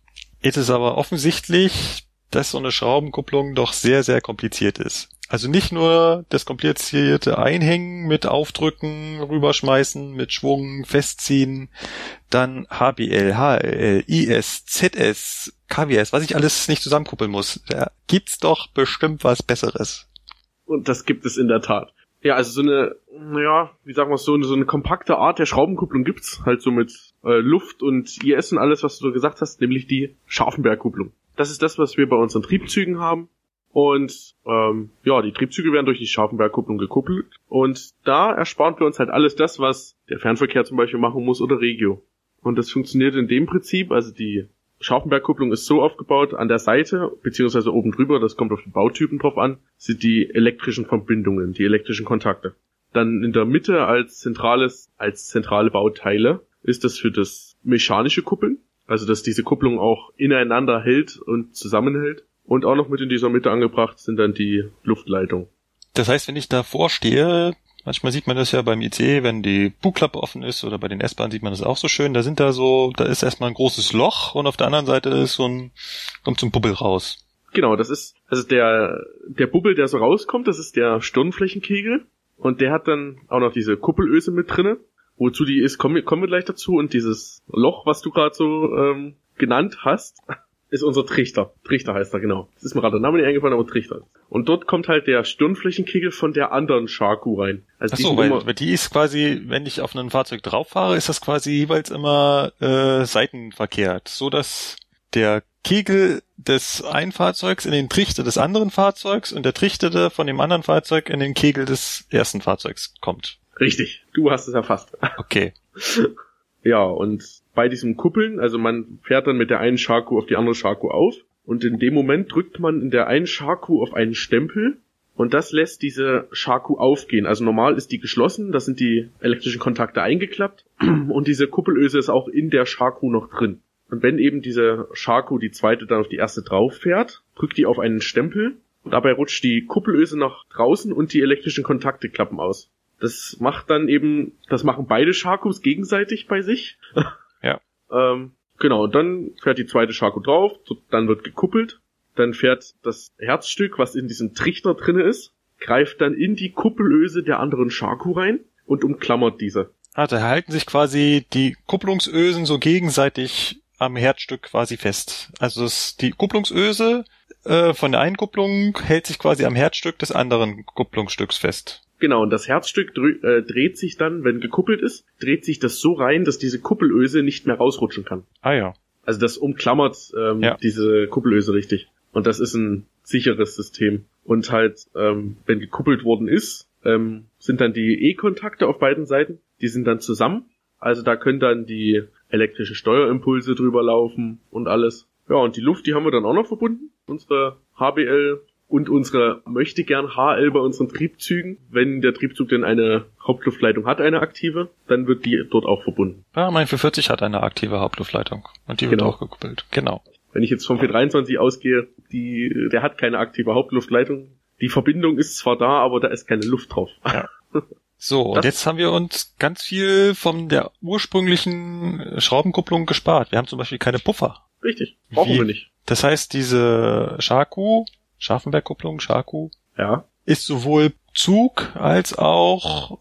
Es ist aber offensichtlich, dass so eine Schraubenkupplung doch sehr, sehr kompliziert ist. Also nicht nur das komplizierte Einhängen mit Aufdrücken, Rüberschmeißen, mit Schwung, Festziehen, dann H B L, H L L, I S, Z S, K W S, was ich alles nicht zusammenkuppeln muss. Da gibt's doch bestimmt was Besseres. Und das gibt es in der Tat. Ja, also so eine, naja, wie sagen wir es, so eine, so eine kompakte Art der Schraubenkupplung gibt's, halt so mit äh, Luft und I S und alles, was du so gesagt hast, nämlich die Scharfenberg-Kupplung. Das ist das, was wir bei unseren Triebzügen haben. Und ähm, ja, die Triebzüge werden durch die Scharfenbergkupplung gekuppelt. Und da ersparen wir uns halt alles das, was der Fernverkehr zum Beispiel machen muss oder Regio. Und das funktioniert in dem Prinzip, also die Scharfenbergkupplung ist so aufgebaut, an der Seite, beziehungsweise oben drüber, das kommt auf die Bautypen drauf an, sind die elektrischen Verbindungen, die elektrischen Kontakte. Dann in der Mitte als zentrales, als zentrale Bauteile ist das für das mechanische Kuppeln, also dass diese Kupplung auch ineinander hält und zusammenhält. Und auch noch mit in dieser Mitte angebracht sind dann die Luftleitungen. Das heißt, wenn ich davor stehe, manchmal sieht man das ja beim I C E, wenn die Bugklappe offen ist, oder bei den S-Bahnen sieht man das auch so schön, da sind da so, da ist erstmal ein großes Loch und auf der anderen Seite ist so ein, kommt so ein Bubbel raus. Genau, das ist, also der, der Bubbel, der so rauskommt, das ist der Stirnflächenkegel und der hat dann auch noch diese Kuppelöse mit drinne. Wozu die ist, kommen wir, kommen wir gleich dazu, und dieses Loch, was du gerade so ähm, genannt hast, ist unser Trichter. Trichter heißt er, genau. Das ist mir gerade der Name nicht eingefallen, aber Trichter. Und dort kommt halt der Stirnflächenkegel von der anderen Scharkuh rein. Also Ach so, weil, weil die ist quasi, wenn ich auf ein Fahrzeug drauf fahre, ist das quasi jeweils immer äh, seitenverkehrt, so dass der Kegel des einen Fahrzeugs in den Trichter des anderen Fahrzeugs und der Trichter von dem anderen Fahrzeug in den Kegel des ersten Fahrzeugs kommt. Richtig, du hast es erfasst. Okay. Ja, und bei diesem Kuppeln, also man fährt dann mit der einen Scharkuh auf die andere Scharkuh auf und in dem Moment drückt man in der einen Scharkuh auf einen Stempel und das lässt diese Scharkuh aufgehen. Also normal ist die geschlossen, da sind die elektrischen Kontakte eingeklappt und diese Kuppelöse ist auch in der Scharkuh noch drin. Und wenn eben diese Scharkuh, die zweite, dann auf die erste drauf fährt, drückt die auf einen Stempel und dabei rutscht die Kuppelöse nach draußen und die elektrischen Kontakte klappen aus. Das macht dann eben, das machen beide Scharkuhs gegenseitig bei sich. Ja. ähm, genau, und dann fährt die zweite Scharkuh drauf, dann wird gekuppelt, dann fährt das Herzstück, was in diesem Trichter drinne ist, greift dann in die Kuppelöse der anderen Scharkuh rein und umklammert diese. Ah, da halten sich quasi die Kupplungsösen so gegenseitig am Herzstück quasi fest. Also das, die Kupplungsöse äh, von der einen Kupplung hält sich quasi am Herzstück des anderen Kupplungsstücks fest. Genau, und das Herzstück drü- äh, dreht sich dann, wenn gekuppelt ist, dreht sich das so rein, dass diese Kuppelöse nicht mehr rausrutschen kann. Ah ja. Also das umklammert ähm, ja. diese Kuppelöse richtig. Und das ist ein sicheres System. Und halt, ähm, wenn gekuppelt worden ist, ähm, sind dann die E-Kontakte auf beiden Seiten, die sind dann zusammen. Also da können dann die elektrischen Steuerimpulse drüber laufen und alles. Ja, und die Luft, die haben wir dann auch noch verbunden. Unsere H B L und unsere möchte gern H L bei unseren Triebzügen. Wenn der Triebzug denn eine Hauptluftleitung hat, eine aktive, dann wird die dort auch verbunden. Ja, mein vier vierzig hat eine aktive Hauptluftleitung und die wird genau. auch gekuppelt. Genau. Wenn ich jetzt vom vier dreiundzwanzig ausgehe, die, der hat keine aktive Hauptluftleitung. Die Verbindung ist zwar da, aber da ist keine Luft drauf. Ja. So, und das jetzt haben wir uns ganz viel von der ursprünglichen Schraubenkupplung gespart. Wir haben zum Beispiel keine Puffer. Richtig, brauchen Wie, wir nicht. Das heißt, diese Scharkuh, Scharfenbergkupplung, Scharkuh, ja. ist sowohl Zug als auch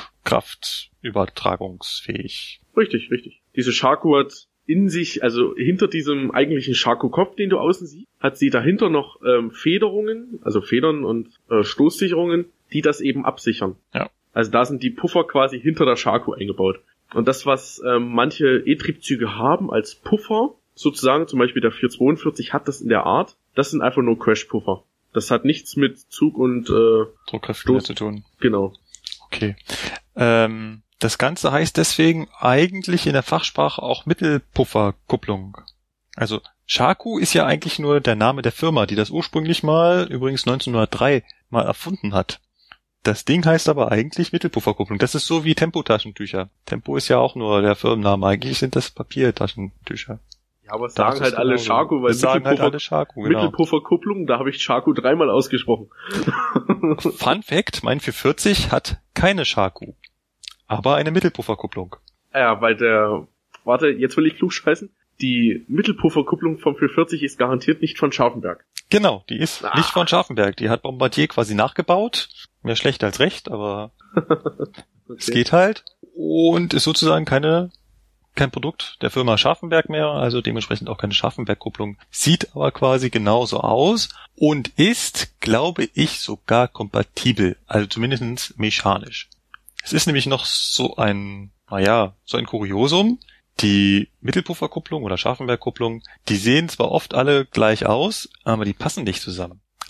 Druckkraftübertragungsfähig. Richtig, richtig. Diese Scharkuh hat in sich, also hinter diesem eigentlichen Scharkuh-Kopf, den du außen siehst, hat sie dahinter noch ähm, Federungen, also Federn und äh, Stoßsicherungen, die das eben absichern. Ja. Also da sind die Puffer quasi hinter der Scharkuh eingebaut. Und das, was ähm, manche E-Triebzüge haben als Puffer, sozusagen, zum Beispiel der vier zweiundvierzig hat das in der Art, das sind einfach nur Crash-Puffer. Das hat nichts mit Zug und äh, Druckkräften zu tun. Genau. Okay. Ähm, das Ganze heißt deswegen eigentlich in der Fachsprache auch Mittelpufferkupplung. Also Scharkuh ist ja eigentlich nur der Name der Firma, die das ursprünglich mal, übrigens neunzehnhundertdrei, mal erfunden hat. Das Ding heißt aber eigentlich Mittelpufferkupplung. Das ist so wie Tempotaschentücher. Tempo ist ja auch nur der Firmenname. Eigentlich sind das Papiertaschentücher. Ja, aber es sagen halt alle Scharkuh, weil sagen halt alle Scharkuh, genau. Mittelpufferkupplung, da habe ich Scharkuh dreimal ausgesprochen. Fun Fact, mein vier vierzig hat keine Scharkuh, aber eine Mittelpufferkupplung. Ja, weil der, warte, jetzt will ich klug scheißen, die Mittelpufferkupplung vom vier vierzig ist garantiert nicht von Scharfenberg. Genau, die ist ah. nicht von Scharfenberg. Die hat Bombardier quasi nachgebaut. Mehr schlecht als recht, aber okay. Es geht halt. Und ist sozusagen keine, kein Produkt der Firma Scharfenberg mehr, also dementsprechend auch keine Scharfenberg-Kupplung. Sieht aber quasi genauso aus und ist, glaube ich, sogar kompatibel. Also zumindest mechanisch. Es ist nämlich noch so ein, naja, so ein Kuriosum. Die Mittelpufferkupplung oder Scharfenbergkupplung, die sehen zwar oft alle gleich aus, aber die passen nicht zusammen.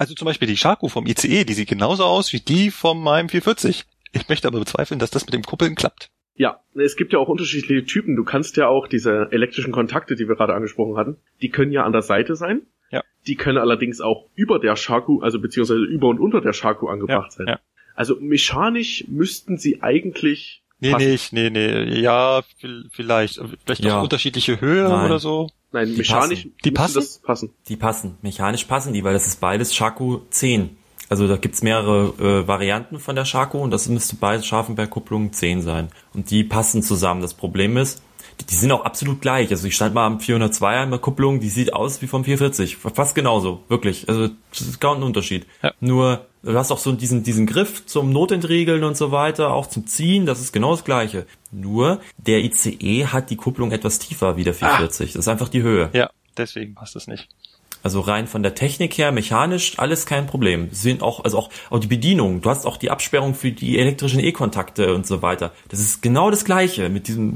Also zum Beispiel die Scharko vom I C E, die sieht genauso aus wie die von meinem vierhundertvierzig. Ich möchte aber bezweifeln, dass das mit dem Kuppeln klappt. Ja, es gibt ja auch unterschiedliche Typen. Du kannst ja auch diese elektrischen Kontakte, die wir gerade angesprochen hatten, die können ja an der Seite sein. Ja. Die können allerdings auch über der Scharko, also beziehungsweise über und unter der Scharko angebracht ja, sein. Ja. Also mechanisch müssten sie eigentlich Nee, passen. nicht, nee, nee, ja, vielleicht, vielleicht Ja. auch unterschiedliche Höhe Nein. oder so. Nein, Die mechanisch passen. Die müsste passen? das passen. Die passen. Mechanisch passen die, weil das ist beides Scharko zehn. Also da gibt's mehrere äh, Varianten von der Scharko und das müsste beides Scharfenberg-Kupplung zehn sein. Und die passen zusammen. Das Problem ist, die, die sind auch absolut gleich. Also ich stand mal am vierhundertzweier Kupplung, die sieht aus wie vom vierhundertvierzig. Fast genauso, wirklich. Also das ist kaum ein Unterschied. Ja. Nur du hast auch so diesen diesen Griff zum Notentriegeln und so weiter, auch zum Ziehen, das ist genau das Gleiche. Nur der I C E hat die Kupplung etwas tiefer wie der vierhundertvierzig. Ah. Das ist einfach die Höhe. Ja, deswegen passt das nicht. Also rein von der Technik her, mechanisch, alles kein Problem. Sie sind auch, also auch, auch die Bedienung. Du hast auch die Absperrung für die elektrischen E-Kontakte und so weiter. Das ist genau das Gleiche mit diesem,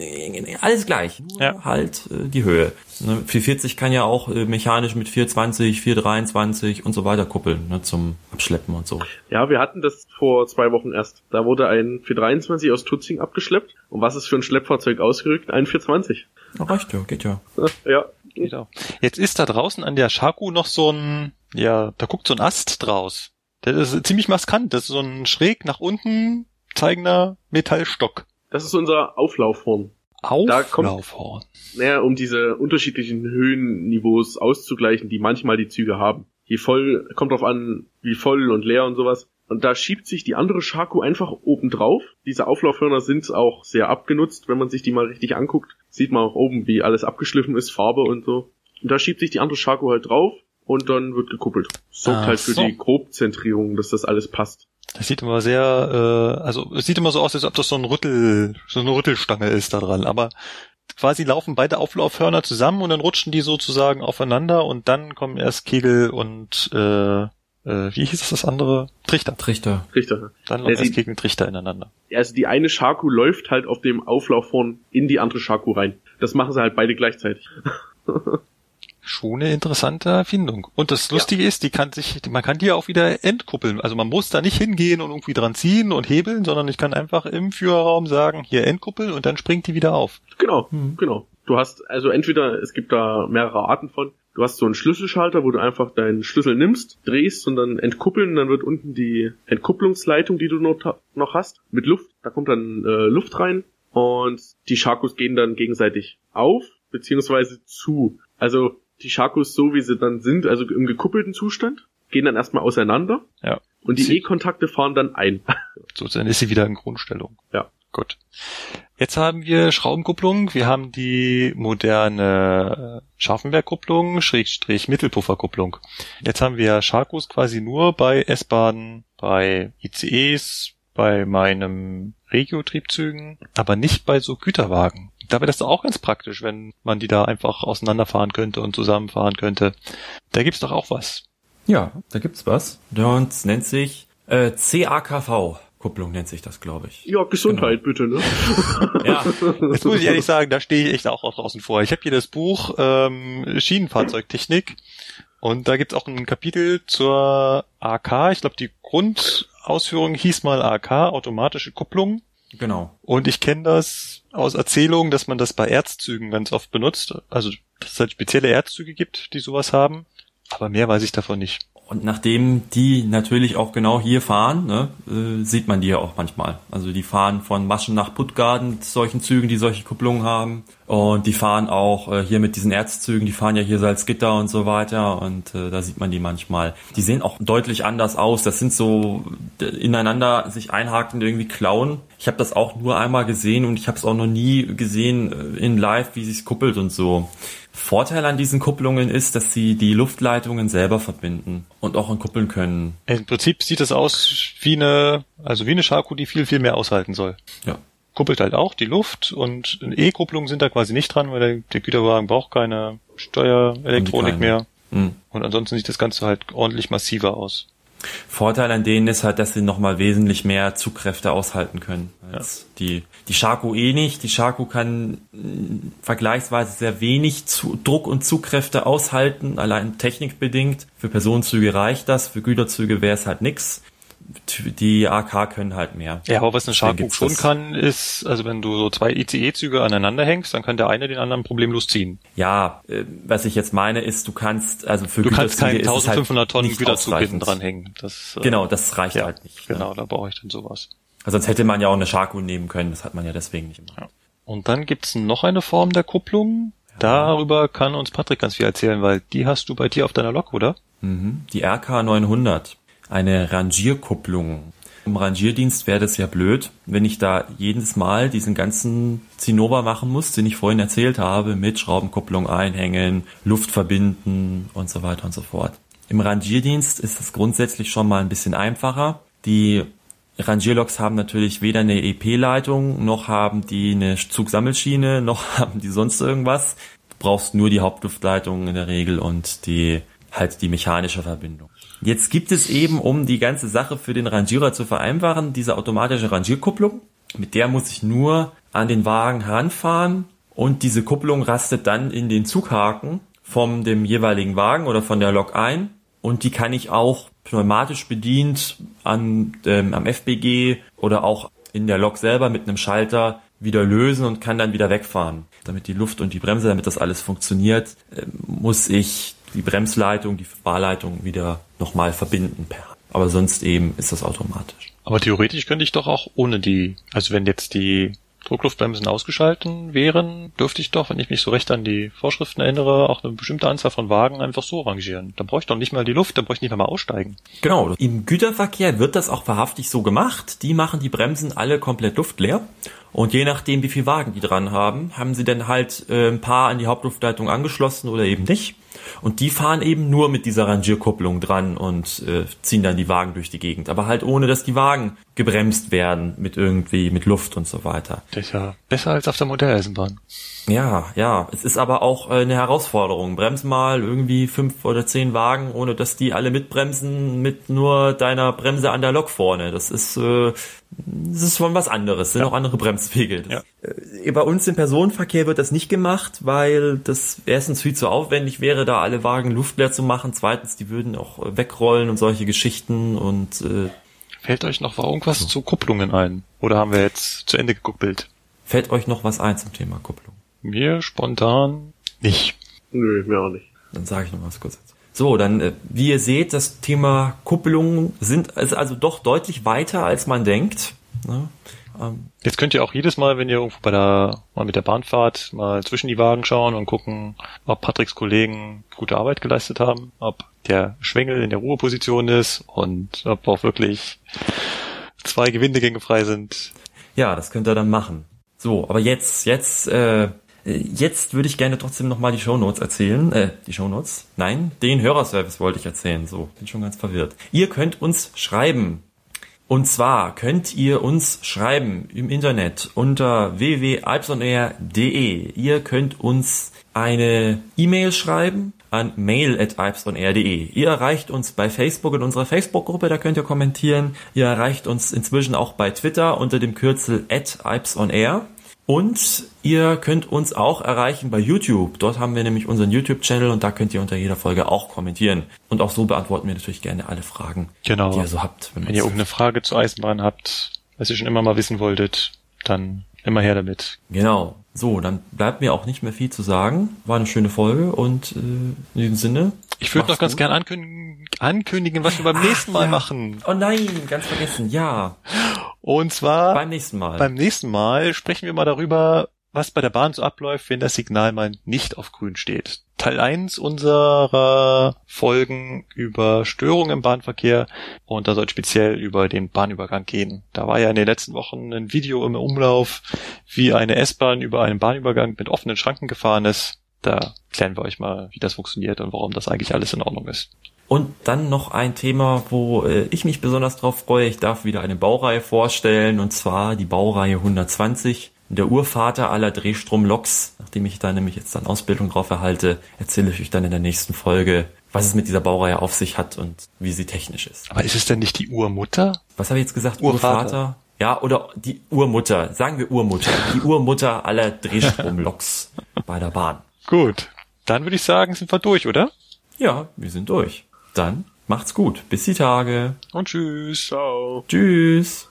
alles gleich. Nur ja. halt äh, die Höhe. Ne, vierhundertvierzig kann ja auch äh, mechanisch mit vierhundertzwanzig, vierhundertdreiundzwanzig und so weiter kuppeln, ne, zum Abschleppen und so. Ja, wir hatten das vor zwei Wochen erst. Da wurde ein vierhundertdreiundzwanzig aus Tutzing abgeschleppt. Und was ist für ein Schleppfahrzeug ausgerückt? Ein vierhundertzwanzig. Ja, reicht ja, geht ja. Ja. Geht auch. Jetzt ist da draußen an der Scharko noch so ein, ja, da guckt so ein Ast draus. Der ist ziemlich maskant. Das ist so ein schräg nach unten zeigender Metallstock. Das ist unser Auflaufhorn. Auflaufhorn. Naja, um diese unterschiedlichen Höhenniveaus auszugleichen, die manchmal die Züge haben. Je voll, kommt drauf an, wie voll und leer und sowas. Und da schiebt sich die andere Scharko einfach oben drauf. Diese Auflaufhörner sind auch sehr abgenutzt, wenn man sich die mal richtig anguckt. Sieht man auch oben, wie alles abgeschliffen ist, Farbe und so. Und da schiebt sich die andere Scharko halt drauf und dann wird gekuppelt. Sorgt Ach halt für so. die Grobzentrierung, dass das alles passt. Das sieht immer sehr, äh, also es sieht immer so aus, als ob das so ein Rüttel, so eine Rüttelstange ist da dran. Aber quasi laufen beide Auflaufhörner zusammen und dann rutschen die sozusagen aufeinander und dann kommen erst Kegel und äh, äh, wie hieß es das andere? Trichter. Trichter. Trichter. Dann Ja, noch erst sie- Kegel und Trichter ineinander. Also die eine Scharko läuft halt auf dem Auflaufhorn in die andere Scharko rein. Das machen sie halt beide gleichzeitig. Schon eine interessante Erfindung. Und das Lustige ist, die kann sich, man kann die ja auch wieder entkuppeln. Also man muss da nicht hingehen und irgendwie dran ziehen und hebeln, sondern ich kann einfach im Führerraum sagen, hier entkuppeln und dann springt die wieder auf. Genau, Mhm. genau. Du hast, also entweder, es gibt da mehrere Arten von, du hast so einen Schlüsselschalter, wo du einfach deinen Schlüssel nimmst, drehst und dann entkuppeln, dann wird unten die Entkupplungsleitung, die du noch, noch hast, mit Luft, da kommt dann äh, Luft rein und die Scharkos gehen dann gegenseitig auf, beziehungsweise zu. Also die Scharkos, so wie sie dann sind, also im gekuppelten Zustand, gehen dann erstmal auseinander. Ja. Und die Sie- E-Kontakte fahren dann ein. So, dann ist sie wieder in Grundstellung. Ja. Gut. Jetzt haben wir Schraubenkupplung, wir haben die moderne äh, Scharfenbergkupplung, Schrägstrich Mittelpufferkupplung. Jetzt haben wir Scharkos quasi nur bei S-Bahnen, bei I C Es, bei meinem Regio-Triebzügen, aber nicht bei so Güterwagen. Da wäre das doch auch ganz praktisch, wenn man die da einfach auseinanderfahren könnte und zusammenfahren könnte. Da gibt's doch auch was. Ja, da gibt's was. Und es nennt sich äh, C A K V. Kupplung nennt sich das, glaube ich. Ja, Gesundheit bitte, ne? Ja, Jetzt muss ich ehrlich sagen, da stehe ich echt auch draußen vor. Ich habe hier das Buch ähm, Schienenfahrzeugtechnik und da gibt's auch ein Kapitel zur A K. Ich glaube, die Grundausführung hieß mal A K, automatische Kupplung. genau. Und ich kenne das aus Erzählungen, dass man das bei Erzzügen ganz oft benutzt. Also, dass es halt spezielle Erzzüge gibt, die sowas haben. Aber mehr weiß ich davon nicht. Und nachdem die natürlich auch genau hier fahren, ne, äh, sieht man die ja auch manchmal. Also die fahren von Maschen nach Puttgarden, solchen Zügen, die solche Kupplungen haben. Und die fahren auch äh, hier mit diesen Erzzügen, die fahren ja hier Salzgitter und so weiter. Und äh, da sieht man die manchmal. Die sehen auch deutlich anders aus. Das sind so äh, ineinander sich einhakende irgendwie Klauen. Ich habe das auch nur einmal gesehen und ich habe es auch noch nie gesehen äh, in live, wie sich's kuppelt und so. Vorteil an diesen Kupplungen ist, dass sie die Luftleitungen selber verbinden und auch entkuppeln können. Im Prinzip sieht es aus wie eine, also wie eine Scharko, die viel, viel mehr aushalten soll. Ja. Kuppelt halt auch die Luft und E-Kupplungen sind da quasi nicht dran, weil der, der Güterwagen braucht keine Steuerelektronik keine. mehr. Hm. Und ansonsten sieht das Ganze halt ordentlich massiver aus. Vorteil an denen ist halt, dass sie nochmal wesentlich mehr Zugkräfte aushalten können als ja. die die Scharko eh nicht. Die Scharko kann mh, vergleichsweise sehr wenig zu, Druck und Zugkräfte aushalten, allein technikbedingt. Für Personenzüge reicht das, für Güterzüge wäre es halt nix. Die A K können halt mehr. Ja, aber was eine Scharko schon kann, ist, also wenn du so zwei I C E-Züge aneinander hängst, dann kann der eine den anderen problemlos ziehen. Ja, äh, was ich jetzt meine ist, du kannst, also für du Güterzüge kannst keinen eintausendfünfhundert halt Tonnen Güterzug hinten dranhängen. Das, äh, genau, das reicht ja, halt nicht. Genau, ne? Da brauche ich dann sowas. Also sonst hätte man ja auch eine Scharko nehmen können, das hat man ja deswegen nicht immer. Ja. Und dann gibt's noch eine Form der Kupplung. Ja. Darüber kann uns Patrick ganz viel erzählen, weil die hast du bei dir auf deiner Lok, oder? Mhm. Die R K neunhundert. Eine Rangierkupplung. Im Rangierdienst wäre das ja blöd, wenn ich da jedes Mal diesen ganzen Zinnober machen muss, den ich vorhin erzählt habe, mit Schraubenkupplung einhängen, Luft verbinden und so weiter und so fort. Im Rangierdienst ist es grundsätzlich schon mal ein bisschen einfacher. Die Rangierloks haben natürlich weder eine E P-Leitung, noch haben die eine Zugsammelschiene, noch haben die sonst irgendwas. Du brauchst nur die Hauptluftleitung in der Regel und die halt die mechanische Verbindung. Jetzt gibt es eben, um die ganze Sache für den Rangierer zu vereinfachen, diese automatische Rangierkupplung. Mit der muss ich nur an den Wagen heranfahren und diese Kupplung rastet dann in den Zughaken von dem jeweiligen Wagen oder von der Lok ein. Und die kann ich auch pneumatisch bedient an, ähm, am F B G oder auch in der Lok selber mit einem Schalter wieder lösen und kann dann wieder wegfahren. Damit die Luft und die Bremse, damit das alles funktioniert, äh, muss ich die Bremsleitung, die Fahrleitung wieder nochmal verbinden per Hand. Aber sonst eben ist das automatisch. Aber theoretisch könnte ich doch auch ohne die, also wenn jetzt die Druckluftbremsen ausgeschalten wären, dürfte ich doch, wenn ich mich so recht an die Vorschriften erinnere, auch eine bestimmte Anzahl von Wagen einfach so rangieren. Dann brauche ich doch nicht mal die Luft, dann brauche ich nicht mal aussteigen. Genau. Im Güterverkehr wird das auch wahrhaftig so gemacht. Die machen die Bremsen alle komplett luftleer. Und je nachdem, wie viel Wagen die dran haben, haben sie dann halt äh, ein paar an die Hauptluftleitung angeschlossen oder eben nicht. Und die fahren eben nur mit dieser Rangierkupplung dran und äh, ziehen dann die Wagen durch die Gegend. Aber halt ohne, dass die Wagen gebremst werden mit irgendwie, mit Luft und so weiter. Das ist ja besser als auf der Modelleisenbahn. Ja, ja. Es ist aber auch äh, eine Herausforderung. Brems mal irgendwie fünf oder zehn Wagen, ohne dass die alle mitbremsen, mit nur deiner Bremse an der Lok vorne. Das ist, äh, das ist schon was anderes. Das sind ja. auch andere Bremswege. Ja. Äh, bei uns im Personenverkehr wird das nicht gemacht, weil das erstens viel zu aufwendig wäre, da alle Wagen luftleer zu machen. Zweitens, die würden auch wegrollen und solche Geschichten und äh, fällt euch noch irgendwas so. zu Kupplungen ein? Oder haben wir jetzt zu Ende geguckt? Fällt euch noch was ein zum Thema Kupplung? Mir spontan nicht. Nö, mir auch nicht. Dann sage ich noch was kurz dazu. So, dann, äh, wie ihr seht, das Thema Kupplungen sind also, also doch deutlich weiter, als man denkt. Ne? Ähm, Jetzt könnt ihr auch jedes Mal, wenn ihr irgendwo bei der, mal mit der Bahn fahrt, mal zwischen die Wagen schauen und gucken, ob Patricks Kollegen gute Arbeit geleistet haben, ob der Schwengel in der Ruheposition ist und ob auch wirklich zwei Gewindegänge frei sind. Ja, das könnt ihr dann machen. So, aber jetzt, jetzt, äh, jetzt würde ich gerne trotzdem nochmal die Shownotes erzählen. Äh, die Shownotes? Nein, den Hörerservice wollte ich erzählen. So, bin schon ganz verwirrt. Ihr könnt uns schreiben. Und zwar könnt ihr uns schreiben im Internet unter w w w punkt alpsonair punkt d e. Ihr könnt uns eine E-Mail schreiben an mail at alpsonair punkt d e. Ihr erreicht uns bei Facebook in unserer Facebook-Gruppe, da könnt ihr kommentieren. Ihr erreicht uns inzwischen auch bei Twitter unter dem Kürzel at alpsonair. Und ihr könnt uns auch erreichen bei YouTube. Dort haben wir nämlich unseren YouTube-Channel und da könnt ihr unter jeder Folge auch kommentieren. Und auch so beantworten wir natürlich gerne alle Fragen, genau. die ihr so habt. Wenn, wenn ihr irgendeine Frage zur Eisenbahn habt, was ihr schon immer mal wissen wolltet, dann immer her damit. Genau. So, dann bleibt mir auch nicht mehr viel zu sagen. War eine schöne Folge und äh, in diesem Sinne. Ich würde noch ganz gern ankündigen, ankündigen, was wir beim Ach, nächsten Mal ja. machen. Oh nein, ganz vergessen, ja. Und zwar beim nächsten Mal. Beim nächsten Mal sprechen wir mal darüber, was bei der Bahn so abläuft, wenn das Signal mal nicht auf grün steht. Teil eins unserer Folgen über Störungen im Bahnverkehr und da soll es speziell über den Bahnübergang gehen. Da war ja in den letzten Wochen ein Video im Umlauf, wie eine S-Bahn über einen Bahnübergang mit offenen Schranken gefahren ist. Da klären wir euch mal, wie das funktioniert und warum das eigentlich alles in Ordnung ist. Und dann noch ein Thema, wo äh, ich mich besonders drauf freue. Ich darf wieder eine Baureihe vorstellen, und zwar die Baureihe hundertzwanzig. Der Urvater aller Drehstromloks. Nachdem ich da nämlich jetzt dann Ausbildung drauf erhalte, erzähle ich euch dann in der nächsten Folge, was es mit dieser Baureihe auf sich hat und wie sie technisch ist. Aber ist es denn nicht die Urmutter? Was habe ich jetzt gesagt? Urvater. Urvater? Ja, oder die Urmutter. Sagen wir Urmutter. Die Urmutter aller Drehstromloks bei der Bahn. Gut. Dann würde ich sagen, sind wir durch, oder? Ja, wir sind durch. Dann macht's gut. Bis die Tage. Und tschüss. Ciao. Tschüss.